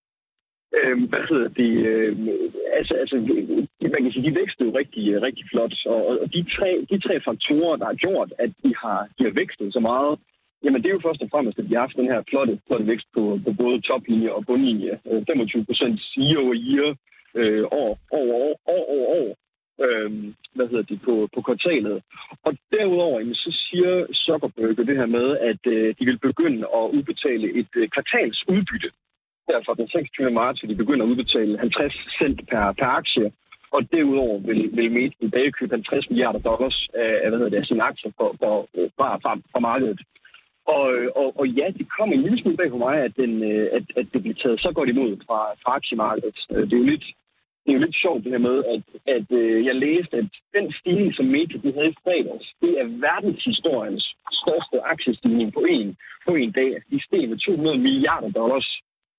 Øh, hvad hedder det? Øh, altså, altså, man kan sige, de vækstede jo rigtig, rigtig flot. Og, og de, tre, de tre faktorer, der har gjort, at de har, de har vækstet så meget, jamen det er jo først og fremmest, at de har haft den her flotte, flotte vækst på, på både toplinje og bundlinje. femogtyve procent year over year, øh, år over år, år over år. Øh, hvad hedder det, på, på kvartalet. Og derudover, jamen, så siger Zuckerberg det her med, at øh, de vil begynde at udbetale et øh, kvartalsudbytte. Derfor den seksogtyvende marts vil de begynde at udbetale halvtreds cent per, per aktie. Og derudover vil, vil Meta tilbagekøbe halvtreds milliarder dollars af, hvad hedder det, af sine aktier for, for, fra, fra, fra markedet. Og, og, og ja, det kom en lille smule bag på mig, at, den, at, at det blev taget så godt imod fra, fra aktiemarkedet. Det er jo lidt Det er jo lidt sjovt det her med, at, at øh, jeg læste, at den stigning, som Meta de havde i fredags, det er verdenshistoriens største aktiestigning på en, på en dag. De steg med to hundrede milliarder dollars.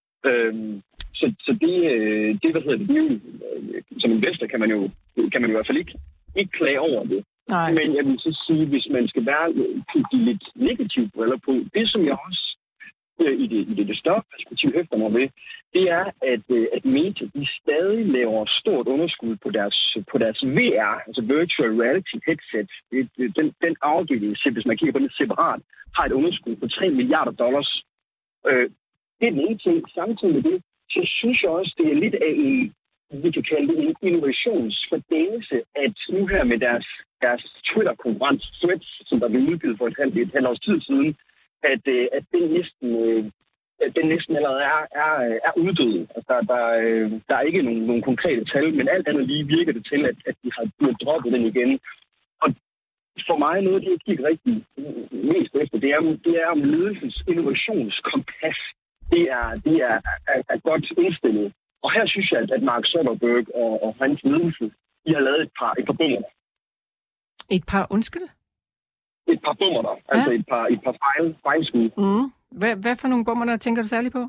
Øhm, så, så det, øh, det, hvad hedder det, det øh, som investor kan man jo, kan man jo i hvert fald ikke, ikke klage over det. Nej. Men jeg vil så sige, hvis man skal være de lidt negative briller på, det som jeg også i det, i det, det større perspektiv hæfter mig ved, det er, at, at Meta de stadig laver stort underskud på deres, på deres V R, altså Virtual Reality Headset. Det, den, den afdeling, hvis man kigger på det separat, har et underskud på tre milliarder dollars. Øh, det er den ene ting. Samtidig med det, så synes jeg også, det er lidt af en, vi kan kalde det en innovationsfordængelse, at nu her med deres, deres Twitter-konkurrent Threads, som der blev udgivet for et halvt, et halvt års tid siden, at, at den næsten, at den næsten allerede er, er, er uddød. Altså, der, der, der er ikke nogen, nogen konkrete tal, men alt andet lige virker det til, at, at de har droppet den igen. Og for mig noget, de ikke gik rigtig mest efter, det er, det er om ledelsens innovationskompas. Det er, det er, er, er godt indstillet. Og her synes jeg, at Mark Zuckerberg og, og hans ledelse, de har lavet et par, et par bummer. Et par undskyld? Et par bummer der. Ja. Altså et par, et par fejl, fejlskud. Mm. Hvad, hvad for nogle bummer der tænker du særligt på?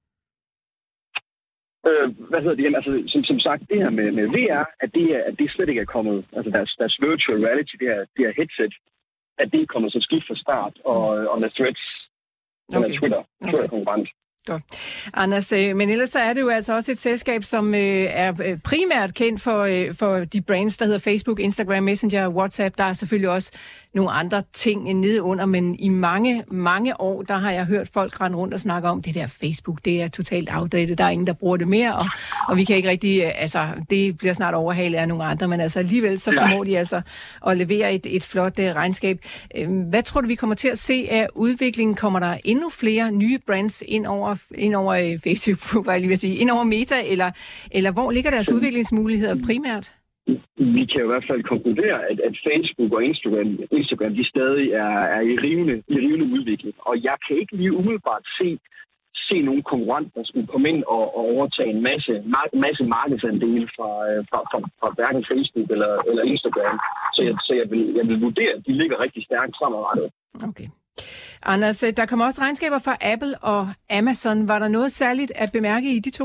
Øh, hvad hedder det? Jamen, altså, som, som sagt, det her med, med V R, at det, er, at det slet ikke er kommet, altså deres, deres virtual reality, det her, det her headset, at det er kommet så skidt fra start, og, og med Threads, okay. Med Twitter, Twitter-konkurrent. Godt. Anders, øh, men ellers så er det jo altså også et selskab, som øh, er primært kendt for, øh, for de brands, der hedder Facebook, Instagram, Messenger, WhatsApp. Der er selvfølgelig også nogle andre ting nede under, men i mange, mange år, der har jeg hørt folk rende rundt og snakke om, det der Facebook, det er totalt outdated, der er ingen, der bruger det mere, og, og vi kan ikke rigtig, altså, det bliver snart overhalet af nogle andre, men altså alligevel så formår de altså at levere et, et flot uh, regnskab. Hvad tror du, vi kommer til at se af udviklingen? Kommer der endnu flere nye brands ind over, ind over uh, Facebook, hvad jeg lige vil sige, ind over Meta, eller, eller hvor ligger deres udviklingsmuligheder primært? Vi kan i hvert fald konkludere, at, at Facebook og Instagram, Instagram de stadig er, er i, rivende, i rivende udvikling. Og jeg kan ikke lige umiddelbart se, se nogle konkurrenter, der skulle komme ind og, og overtage en masse, masse markedsandele fra, fra, fra, fra hverken Facebook eller, eller Instagram. Så, jeg, så jeg, vil, jeg vil vurdere, at de ligger rigtig stærkt fremadrettet. Okay. Anders, der kommer også regnskaber fra Apple og Amazon. Var der noget særligt at bemærke i de to?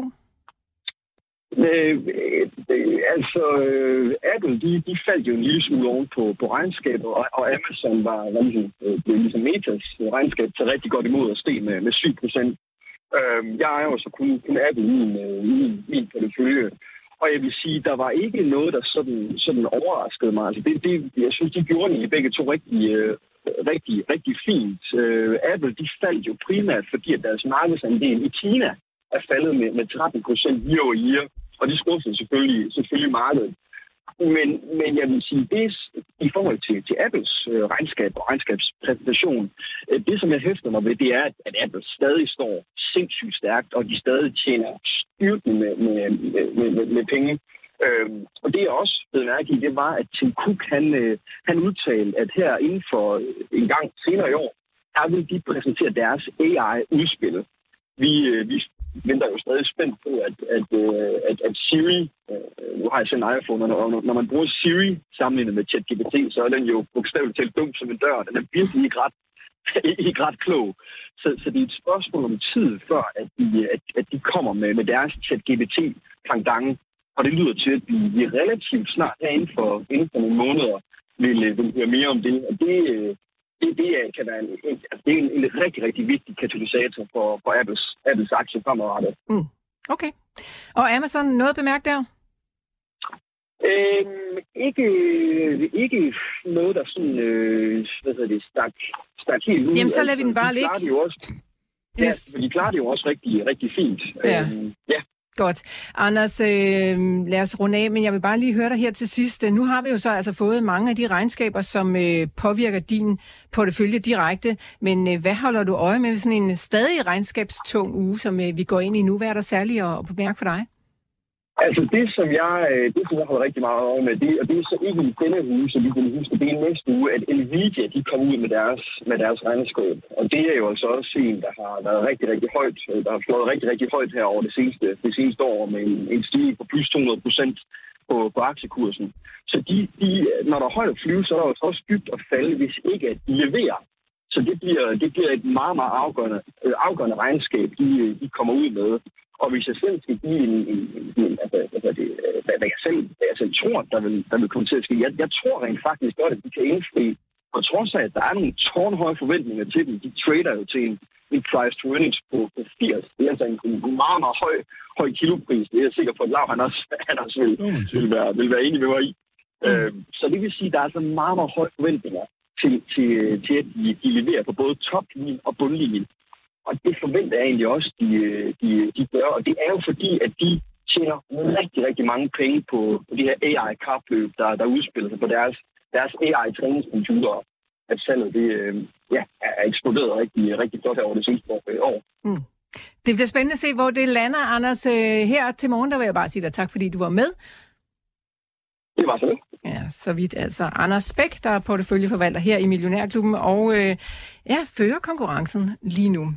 Øh, øh, altså, øh, Apple, de, de faldt jo en lille smule oven på, på regnskabet, og, og Amazon var, var ligesom, øh, ligesom Metas regnskab til rigtig godt imod at steg med, med syv procent. Øh, jeg er jo så kun, kun Apple i min, øh, min, min portefølje, og jeg vil sige, der var ikke noget, der sådan, sådan overraskede mig. Altså, det, det, jeg synes, de gjorde det begge to rigtig, øh, rigtig, rigtig fint. Øh, Apple, de faldt jo primært, fordi at deres markedsandel i Kina er faldet med, med tretten procent year over year, og det skuffede selvfølgelig, selvfølgelig markedet. Men, men jeg vil sige, det i forhold til, til Apples øh, regnskab og regnskabspræsentation, øh, det som jeg hæfter mig ved, det er, at Apple stadig står sindssygt stærkt, og de stadig tjener styrken med, med, med, med, med penge. Øh, og det jeg også blev mærke i, det var, at Tim Cook, han, øh, han udtalte, at her inden for en gang senere i år, her vil de præsentere deres A I-udspil. Vi, øh, vi venter jo stadig spændt på, at, at, at, at Siri, øh, nu har jeg selv en iPhone, og når, når man bruger Siri sammenlignet med ChatGPT, så er den jo bogstaveligt talt dum som en dør. Den er virkelig ikke ret, ikke ret klog. Så, så det er et spørgsmål om tid, før at de, at, at de kommer med, med deres ChatGPT-pendant. Og det lyder til, at vi, vi relativt snart her inden for, inden for nogle måneder vil, vil høre mere om det. Og det, det, det kan være en, en, altså det er en, en rigtig, rigtig vigtig katalysator for, for Apples, Apples aktie fremadrettet. Mm. Okay. Og Amazon, noget bemærkt der? Øhm, ikke, ikke noget, der sådan, øh, hvad hedder det, stak, stak helt ud. Jamen, så lader vi den bare ligge. De klarer det jo også, ja, for de klarer det jo også rigtig, rigtig fint. Ja. Øhm, ja. Godt. Anders, øh, lad os runde af, men jeg vil bare lige høre dig her til sidst. Nu har vi jo så altså fået mange af de regnskaber, som øh, påvirker din portefølje direkte, men øh, hvad holder du øje med sådan en stadig regnskabstung uge, som øh, vi går ind i nu? Hvad er der særligt at bemærke for dig? Altså det, som jeg, det, som jeg holder rigtig meget over med, det, og det er så ikke i denne uge, så vi kunne huske, det er næste uge, at Nvidia, de kom ud med deres, med deres regnskab. Og det er jo altså også en, der har været rigtig, rigtig højt, der har flået rigtig, rigtig højt her over det seneste, det seneste år, med en, en stigning på plus to hundrede procent på, på aktiekursen. Så de, de, når der er højt at flyve, så er der også dybt at falde, hvis ikke at de leverer. Så det bliver, det bliver et meget, meget afgørende, afgørende regnskab, de, de kommer ud med. Og hvis jeg selv skal give en, en, en altså, altså det, hvad, hvad, jeg selv, hvad jeg selv tror, der vil, der vil komme til at ske, jeg, jeg tror rent faktisk godt, at de kan indfri. Og trods af, at der er nogle tårnhøje forventninger til dem, de trader jo til en, en price to earnings på, på firs. Det er altså en, en meget, meget høj, høj kilopris. Det er jeg sikker på, at Lav han også, han også vil, vil, være, vil være enig med mig i. Mm. Øh, så det vil sige, at der er altså meget, meget høje forventninger til, til, til at de, de leverer på både toplinjen og bundlinjen. Og det forventer jeg egentlig også, de, de, de gør. Og det er jo fordi, at de tjener rigtig, rigtig mange penge på, på de her A I-kapløb, der, der udspiller sig på deres, deres A I-træningscomputere. At salget det, ja, er eksploderet rigtig, rigtig godt her over det sidste år. Mm. Det bliver spændende at se, hvor det lander, Anders. Her til morgen, der vil jeg bare sige dig tak, fordi du var med. Det var så det. Ja, så vidt altså Anders Bæk, der er porteføljeforvalter her i Millionærklubben, og øh, ja, fører konkurrencen lige nu.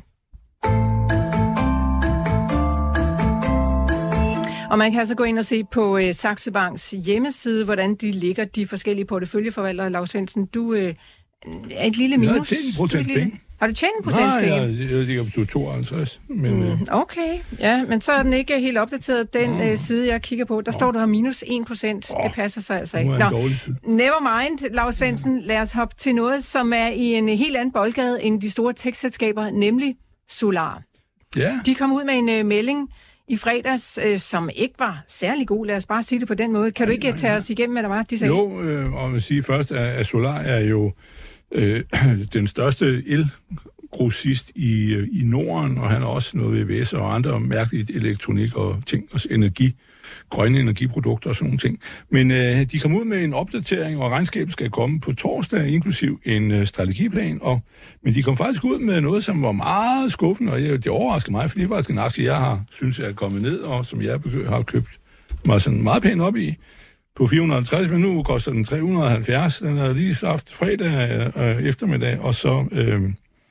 Og man kan altså gå ind og se på øh, Saxo Banks hjemmeside, hvordan de ligger, de forskellige porteføljeforvaltere. Lars Svendsen, du øh, er et lille minus. Jeg har tjent en procent penge. Har du tjent en procent penge? Nej, jeg, jeg ligger på tooghalvtreds. Men, mm, okay, ja, men så er den ikke helt opdateret, den mm. øh, side, jeg kigger på. Der mm. står, du har minus en procent. Oh, det passer sig altså ikke. Nå, never mind, Lars Svendsen. Lad os hoppe til noget, som er i en helt anden boldgade end de store tech-selskaber, nemlig Solar. Ja. De kom ud med en øh, melding i fredags, øh, som ikke var særlig god. Lad os bare sige det på den måde. Kan du ikke ja, ja, ja. tage os igennem, hvad der var, de sagde? Jo, øh, og jeg sige først, at Solar er jo øh, den største elgrossist i, i Norden, og han har også noget V V S og andre mærkelige elektronik og ting, og energi, grønne energiprodukter og sådan nogle ting. Men øh, de kom ud med en opdatering, og regnskabet skal komme på torsdag, inklusiv en øh, strategiplan, og, men de kom faktisk ud med noget, som var meget skuffende, og det overrasker mig, for det er faktisk en aktie, jeg har synes er kommet ned, og som jeg har købt mig sådan meget pænt op i, på fire hundrede og halvtreds, men nu koster den tre hundrede og halvfjerds. Den har lige haft fredag øh, eftermiddag, og så øh,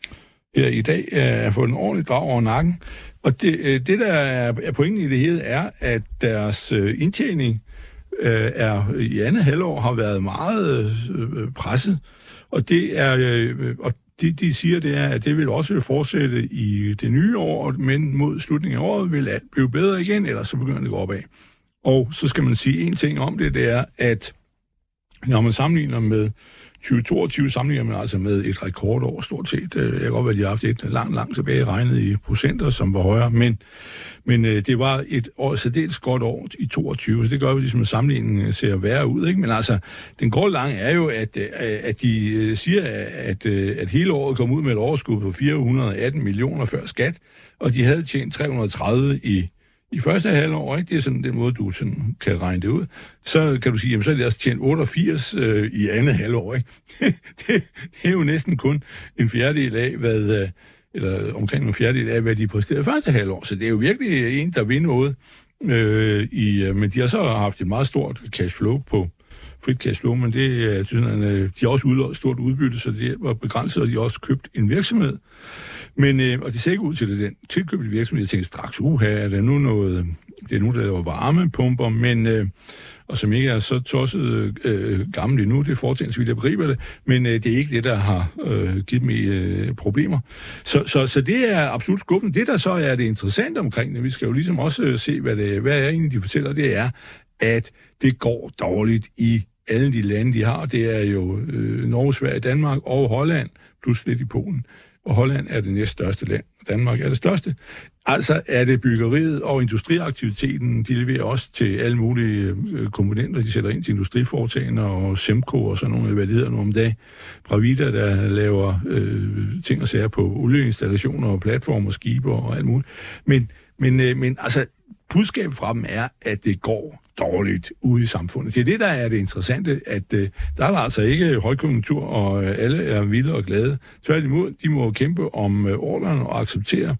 her i dag er øh, fået en ordentlig drag over nakken. Og det, øh, det der er pointen i det hele, er, at deres øh, indtjening øh, er i andet halvår har været meget øh, presset. Og det er øh, og det, de siger, det er, at det vil også fortsætte i det nye år, men mod slutningen af året vil alt blive bedre igen, ellers så begynder det at gå opad. Og så skal man sige en ting om det, det er, at når man sammenligner med tyve toogtyve, sammenligner man altså med et rekordår stort set. Jeg kan godt være, at de har haft et langt, langt tilbage regnet i procenter, som var højere, men, men det var et år, særdeles godt år i toogtyve, så det gør jo ligesom, at sammenligningen ser værre ud, ikke? Men altså, den korte lange er jo, at, at de siger, at, at hele året kom ud med et overskud på fire hundrede og atten millioner før skat, og de havde tjent tre hundrede og tredive i I første halvår, ikke? Det er sådan den måde, du sådan kan regne det ud. Så kan du sige, jamen så er det altså tjent otteogfirs øh, i andet halvår, ikke? det, det er jo næsten kun en fjerdedel af, hvad, eller omkring en fjerdedel af, hvad de præsterede første halvår. Så det er jo virkelig en, der vinder noget. Øh, i, men de har så haft et meget stort cashflow på frit cashflow, men det er sådan, de har også udlået stort udbytte, så det var begrænset, og de har også købt en virksomhed. Men, øh, og det ser ikke ud til, det den tilkøbte virksomhed. Jeg tænkte straks, uha, er der nu noget, det er nu, der var varmepumper, men, øh, og som ikke er så tosset øh, gammel endnu. Det er fortænkt, så vidt jeg begriber det, men øh, det er ikke det, der har øh, givet mig øh, problemer. Så, så, så det er absolut skuffende. Det, der så er det interessante omkring det, vi skal jo ligesom også øh, se, hvad det hvad er egentlig, de fortæller, det er, at det går dårligt i alle de lande, de har. Det er jo øh, Norge, Sverige, Danmark og Holland, plus lidt i Polen. Og Holland er det næststørste land. Danmark er det største. Altså er det byggeriet og industriaktiviteten, de leverer også til alle mulige komponenter, de sætter ind til industriforetagende og Semco og sådan nogle, hvad det hedder nu om dagen. Bravida, der laver øh, ting og sager på olieinstallationer og platformer, skibe og alt muligt. Men, men, øh, men altså, budskabet fra dem er, at det går dårligt ude i samfundet. Det er det, der er det interessante, at øh, der er der altså ikke højkonjunktur, og øh, alle er vilde og glade. Tværtimod, de må kæmpe om øh, ordrerne og acceptere,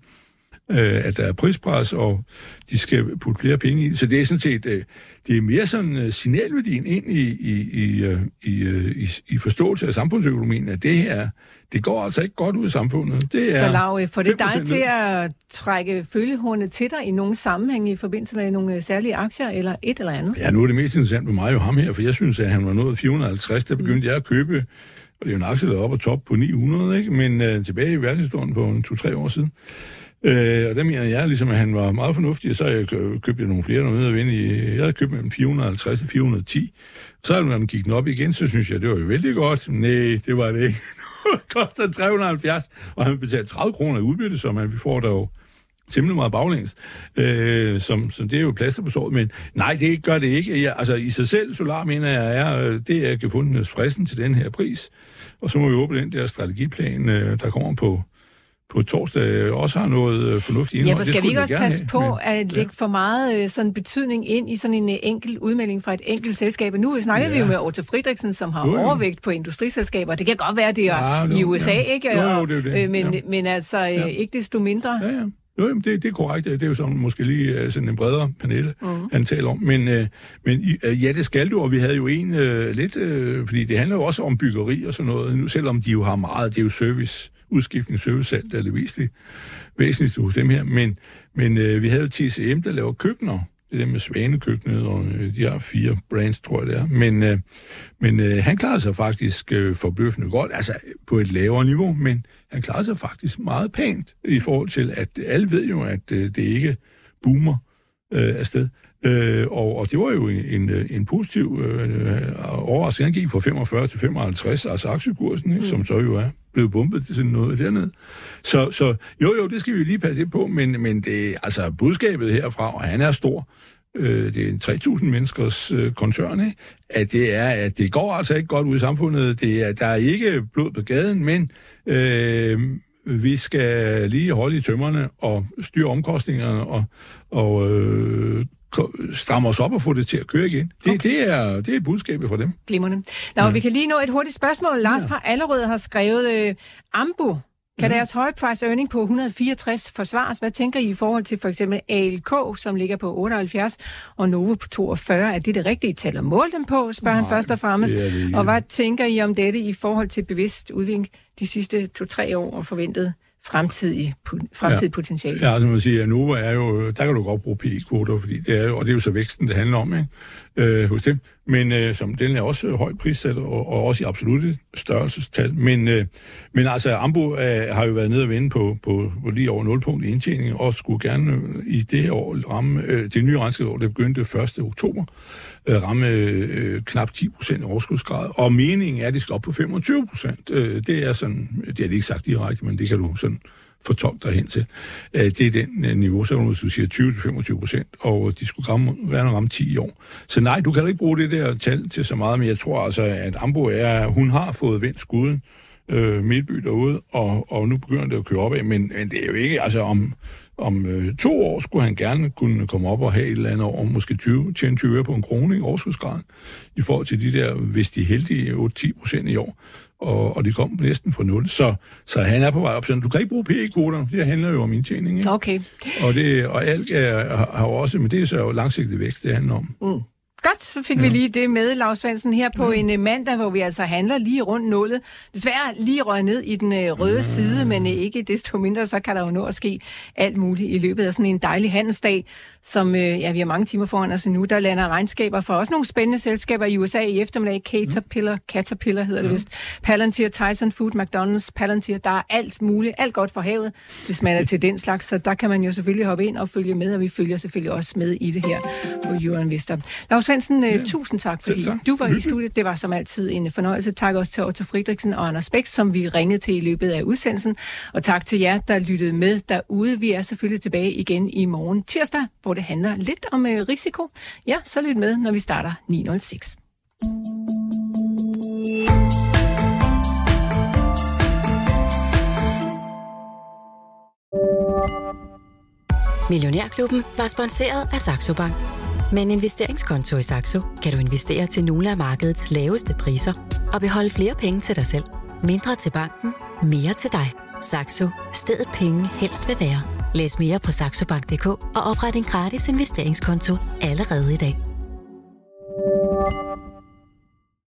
øh, at der er prispres, og de skal putte flere penge i. Så det er sådan set, øh, det er mere sådan øh, signalværdien ind i, i, i, øh, i, øh, i, i forståelse af samfundsøkonomien, at det her, det går altså ikke godt ud i samfundet. Det er så Lau, får det dig til at trække følehornet til dig i nogle sammenhæng i forbindelse med nogle særlige aktier, eller et eller andet? Ja, nu er det mest interessant for mig jo ham her, for jeg synes, at han var nået fire hundrede og halvtreds, der begyndte mm. jeg at købe, og det er jo en aktie, der er oppe og top på ni hundrede, ikke? Men uh, tilbage i verdenshistorien på to-tre år siden. Uh, og der mener jeg ligesom, at han var meget fornuftig, og så jeg købte jeg nogle flere dernede og vinde i, jeg havde købt mellem fire hundrede og halvtreds og fire hundrede og ti. Så når man gik den op igen, så synes jeg, det var jo vældig godt. Nej, det var det ikke. Det koster tre hundrede og halvfjerds, og han betalte tredive kroner i udbytte, så man, vi får der jo simpelthen meget baglæns. Øh, som, som det er jo plaster på såret, men nej, det gør det ikke. Jeg, altså i sig selv, Solar mener jeg, er, det er at kan fundet fristen til den her pris, og så må vi åbne den der strategiplan, der kommer på på torsdag også har noget fornuftigt indhold. Ja, for skal vi ikke også passe på men, at lægge ja. for meget sådan betydning ind i sådan en enkelt udmelding fra et enkelt selskab? Nu snakker ja. vi jo med Otto Friedrichsen, som har jo, jo. overvægt på industriselskaber. Det kan godt være, det er ja, i U S A, ja. ikke? Jo, jo, det er det. Men, ja. men altså ja. ikke desto mindre. Ja, ja. Jo, jamen, det, det er korrekt. Det er jo sådan måske lige sådan en bredere panel, mm. han taler om. Men, øh, men ja, det skal du, og vi havde jo en øh, lidt, øh, fordi det handler jo også om byggeri og sådan noget, nu, selvom de jo har meget, det er jo service, udskiftning, servicesalg, der er det væsentligt, væsentligste hos dem her. Men, men øh, vi havde T C M, der laver køkkener. Det er dem med Svanekøkkenet, og øh, de har fire brands, tror jeg det er. Men, øh, men øh, han klarede sig faktisk øh, forbløffende godt, altså på et lavere niveau, men han klarede sig faktisk meget pænt i forhold til, at alle ved jo, at øh, det ikke boomer øh, afsted. Øh, og, og det var jo en, en positiv øh, overraskelse. Han gik fra femogfyrre til femoghalvtreds, altså aktiekursen, ikke, mm. som så jo er blevet bumpet til sådan noget dernede. Så, så jo, jo, det skal vi lige passe på, men, men det altså budskabet herfra, og han er stor, øh, det er en tre tusind menneskers øh, koncern, ikke, at det er, at det går altså ikke godt ud i samfundet. Det er, der er ikke blod på gaden, men øh, vi skal lige holde i tømmerne og styre omkostningerne og, og øh, stramme os op og få det til at køre igen. Det, okay. det, er, det er budskabet for dem. Glimrende. Nå, ja. Vi kan lige nå et hurtigt spørgsmål. Lars ja. fra Allerød har skrevet, øh, Ambu, kan ja. deres høje price earning på et hundrede og fireogtres forsvares? Hvad tænker I i forhold til for eksempel A L K, som ligger på otteoghalvfjerds, og Novo på toogfyrre? Er det det rigtige tal at måle dem på, spørger Nej, han først og fremmest. Det det og hvad tænker I om dette i forhold til bevidst udvikling de sidste to-tre år og forventet fremtidig, fremtidig ja. potentiale? Ja, som man siger, Nova er jo, der kan du godt bruge P E-kvoter, fordi det er jo, og det er jo så væksten, det handler om, ikke? Øh, hos dem. Men øh, som den er også højt prissat, og, og også i absolutte størrelsestal. Men, øh, men altså, Ambu øh, har jo været nede og vende på, på, på lige over nul punkt i indtjening, og skulle gerne øh, i det her år ramme, øh, det nye regnskabsår, det begyndte første oktober, øh, ramme øh, knap ti procent overskudsgrad. Og meningen er, at det skal op på femogtyve procent. Øh, det er sådan, det er det ikke sagt direkte, men det kan du sådan fortolke dig hen til. Øh, det er den øh, niveau, så hvis du siger tyve til femogtyve procent, og de skulle ramme, være ramme ti i år. Så nej, du kan ikke bruge det der tal til så meget, men jeg tror altså, at Ambu er, hun har fået vendt skuden øh, Midtby derude, og, og nu begynder det at køre opad, men, men det er jo ikke, altså om, om øh, to år skulle han gerne kunne komme op og have et eller andet år, måske tyve, tjene tyve øre på en krone i overskudsgraden, i forhold til de der, hvis de er heldige, otte til ti procent i år. Og, og de kom næsten fra nul. Så, så han er på vej op. Så du kan ikke bruge P E-kvoterne, for det handler jo om indtjening. Ikke? Okay. Og, det, og alt er, har også, men det er så jo langsigtet vækst, det handler om. Mm. Godt, så fik ja. vi lige det med, Lars Svendsen, her på ja. en mandag, hvor vi altså handler lige rundt nullet. Desværre lige røget ned i den øh, røde ja. side, men øh, ikke desto mindre, så kan der jo nå at ske alt muligt i løbet af sådan en dejlig handelsdag, som øh, ja, vi har mange timer foran os nu. Der lander regnskaber for også nogle spændende selskaber i U S A i eftermiddag. Caterpillar, Caterpillar hedder ja. det vist. Palantir, Tyson Food, McDonald's, Palantir. Der er alt muligt, alt godt for havet, hvis man er til den slags. Så der kan man jo selvfølgelig hoppe ind og følge med, og vi følger selvfølgelig også med i det her på Euroinvestor. Lars Svendsen, ja. tusind tak, fordi tak. du var i studiet. Det var som altid en fornøjelse. Tak også til Otto Friedrichsen og Anders Bæk, som vi ringede til i løbet af udsendelsen. Og tak til jer, der lyttede med derude. Vi er selvfølgelig tilbage igen i morgen tirsdag, hvor det handler lidt om øh, risiko. Ja, så lyt med, når vi starter ni nul seks. Millionærklubben var sponsoreret af Saxo Bank. Med en investeringskonto i Saxo kan du investere til nogle af markedets laveste priser og beholde flere penge til dig selv. Mindre til banken, mere til dig. Saxo. Stedet penge helst vil være. Læs mere på saxobank punktum d k og opret en gratis investeringskonto allerede i dag.